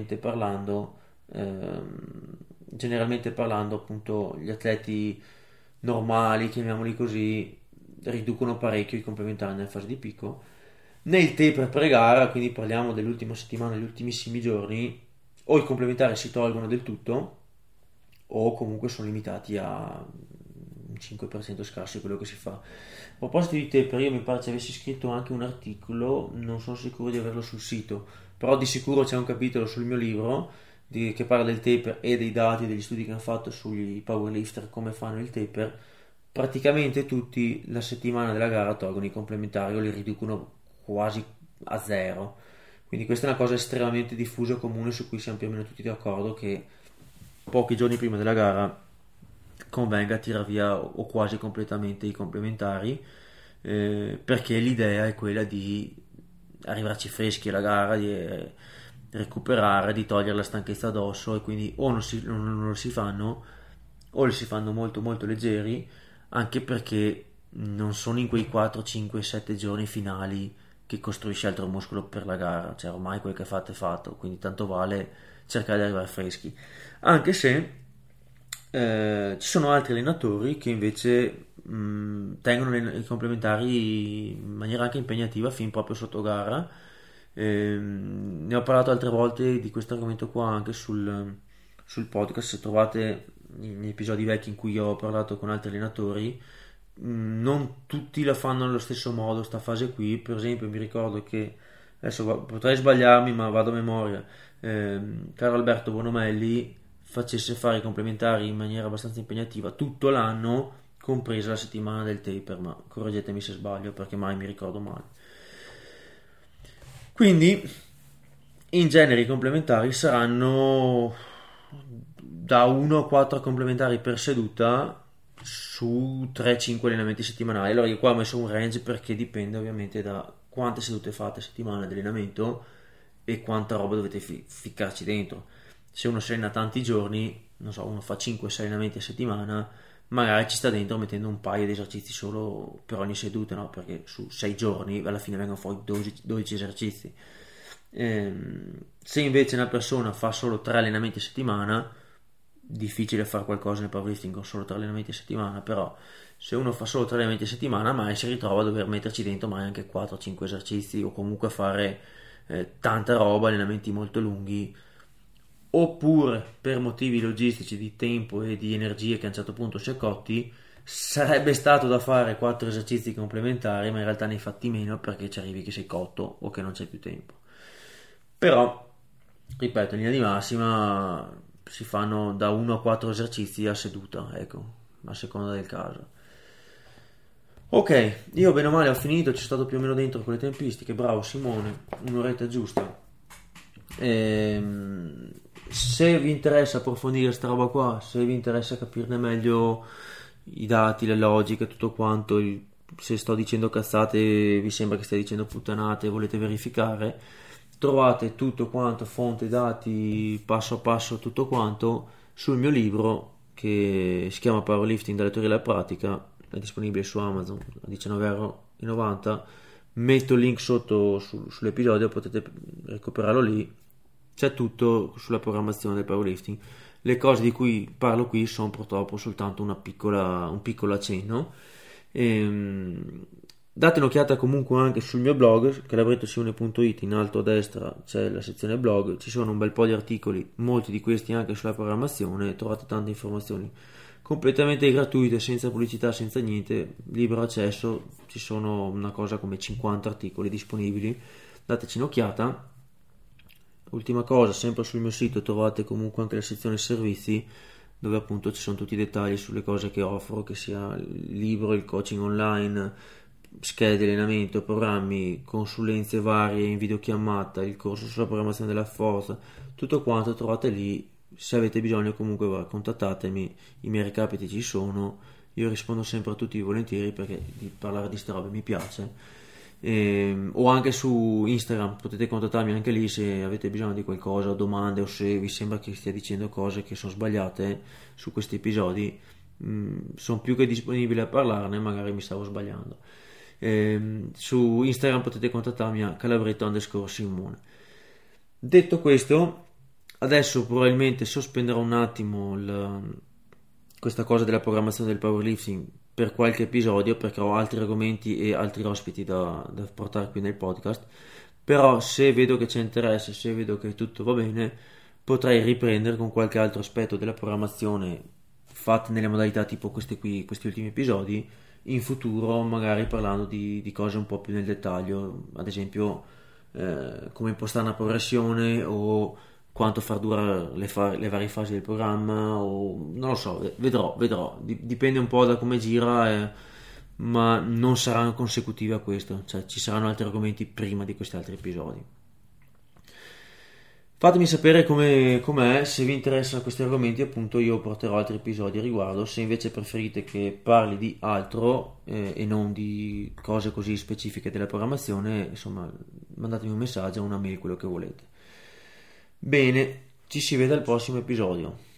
generalmente parlando appunto gli atleti normali, chiamiamoli così, riducono parecchio i complementari nella fase di picco. Nel taper pre-gara, quindi parliamo dell'ultima settimana, degli ultimissimi giorni, o i complementari si tolgono del tutto o comunque sono limitati a un 5% scarso di quello che si fa. A proposito di taper, io mi pare ci avessi scritto anche un articolo, non sono sicuro di averlo sul sito, però di sicuro c'è un capitolo sul mio libro che parla del taper e dei dati e degli studi che hanno fatto sugli powerlifter, come fanno il taper. Praticamente tutti la settimana della gara tolgono i complementari o li riducono quasi a zero, quindi questa è una cosa estremamente diffusa e comune su cui siamo più o meno tutti d'accordo, che pochi giorni prima della gara convenga tirare via o quasi completamente i complementari, perché l'idea è quella di arrivarci freschi alla gara, di recuperare, di togliere la stanchezza addosso, e quindi o non lo si fanno o li si fanno molto molto leggeri, anche perché non sono in quei 4, 5, 7 giorni finali che costruisci altro muscolo per la gara, cioè ormai quel che fate è fatto, quindi tanto vale cercare di arrivare freschi, anche se ci sono altri allenatori che invece tengono i complementari in maniera anche impegnativa fin proprio sotto gara. Ne ho parlato altre volte di questo argomento qua anche sul podcast, se trovate gli episodi vecchi in cui io ho parlato con altri allenatori. Non tutti la fanno nello stesso modo sta fase qui. Per esempio mi ricordo che, adesso potrei sbagliarmi ma vado a memoria, Carlo Alberto Bonomelli facesse fare i complementari in maniera abbastanza impegnativa tutto l'anno, compresa la settimana del taper, ma correggetemi se sbaglio perché mai mi ricordo male. Quindi in genere i complementari saranno da 1 a 4 complementari per seduta su 3-5 allenamenti settimanali. Allora io qua ho messo un range perché dipende ovviamente da quante sedute fate a settimana di allenamento e quanta roba dovete ficcarci dentro. Se uno si allena tanti giorni, non so, uno fa 5-6 allenamenti a settimana, magari ci sta dentro mettendo un paio di esercizi solo per ogni seduta, no? Perché su 6 giorni alla fine vengono fuori 12 esercizi. Se invece una persona fa solo 3 allenamenti a settimana, difficile fare qualcosa nel powerlifting con solo 3 allenamenti a settimana, però se uno fa solo 3 allenamenti a settimana mai si ritrova a dover metterci dentro mai anche 4-5 esercizi o comunque a fare tanta roba, allenamenti molto lunghi, oppure per motivi logistici di tempo e di energie che a un certo punto si è cotti, sarebbe stato da fare 4 esercizi complementari, ma in realtà ne hai fatti meno perché ci arrivi che sei cotto o che non c'è più tempo. Però, ripeto, in linea di massima si fanno da 1 a 4 esercizi a seduta, ecco, a seconda del caso. Ok, io bene o male ho finito, ci sono stato più o meno dentro con le tempistiche, bravo Simone, un'oretta giusta. Se vi interessa approfondire sta roba qua, se vi interessa capirne meglio i dati, le logiche, tutto quanto, se sto dicendo cazzate, vi sembra che stia dicendo puttanate e volete verificare, trovate tutto quanto, fonte, dati, passo a passo, tutto quanto sul mio libro che si chiama Powerlifting dalle teorie alla pratica, è disponibile su Amazon a 19,90€. Metto il link sotto sull'episodio, potete recuperarlo lì. C'è tutto sulla programmazione del powerlifting. Le cose di cui parlo qui sono purtroppo soltanto un piccolo accenno. Date un'occhiata comunque anche sul mio blog, calabrettosimone.it. In alto a destra c'è la sezione blog, ci sono un bel po' di articoli, molti di questi anche sulla programmazione, trovate tante informazioni completamente gratuite, senza pubblicità, senza niente, libero accesso. Ci sono una cosa come 50 articoli disponibili, dateci un'occhiata. Ultima cosa, sempre sul mio sito trovate comunque anche la sezione servizi, dove appunto ci sono tutti i dettagli sulle cose che offro, che sia il libro, il coaching online, schede di allenamento, programmi, consulenze varie in videochiamata, il corso sulla programmazione della forza, tutto quanto trovate lì. Se avete bisogno comunque contattatemi, i miei recapiti ci sono, io rispondo sempre a tutti volentieri perché di parlare di ste robe mi piace. O anche su Instagram potete contattarmi anche lì se avete bisogno di qualcosa o domande, o se vi sembra che stia dicendo cose che sono sbagliate su questi episodi. Sono più che disponibile a parlarne, magari mi stavo sbagliando. Su Instagram potete contattarmi a calabretto_Simone. Detto questo, adesso probabilmente sospenderò un attimo questa cosa della programmazione del powerlifting per qualche episodio, perché ho altri argomenti e altri ospiti da portare qui nel podcast. Però se vedo che c'è interesse, se vedo che tutto va bene, potrei riprendere con qualche altro aspetto della programmazione fatta nelle modalità tipo questi ultimi episodi in futuro, magari parlando di cose un po' più nel dettaglio, ad esempio come impostare una progressione o quanto far durare le varie fasi del programma, o non lo so, vedrò, dipende un po' da come gira, ma non saranno consecutive a questo, cioè ci saranno altri argomenti prima di questi altri episodi. Fatemi sapere com'è, se vi interessano questi argomenti, appunto io porterò altri episodi a riguardo. Se invece preferite che parli di altro e non di cose così specifiche della programmazione, insomma, mandatemi un messaggio o una mail, quello che volete. Bene, ci si vede al prossimo episodio.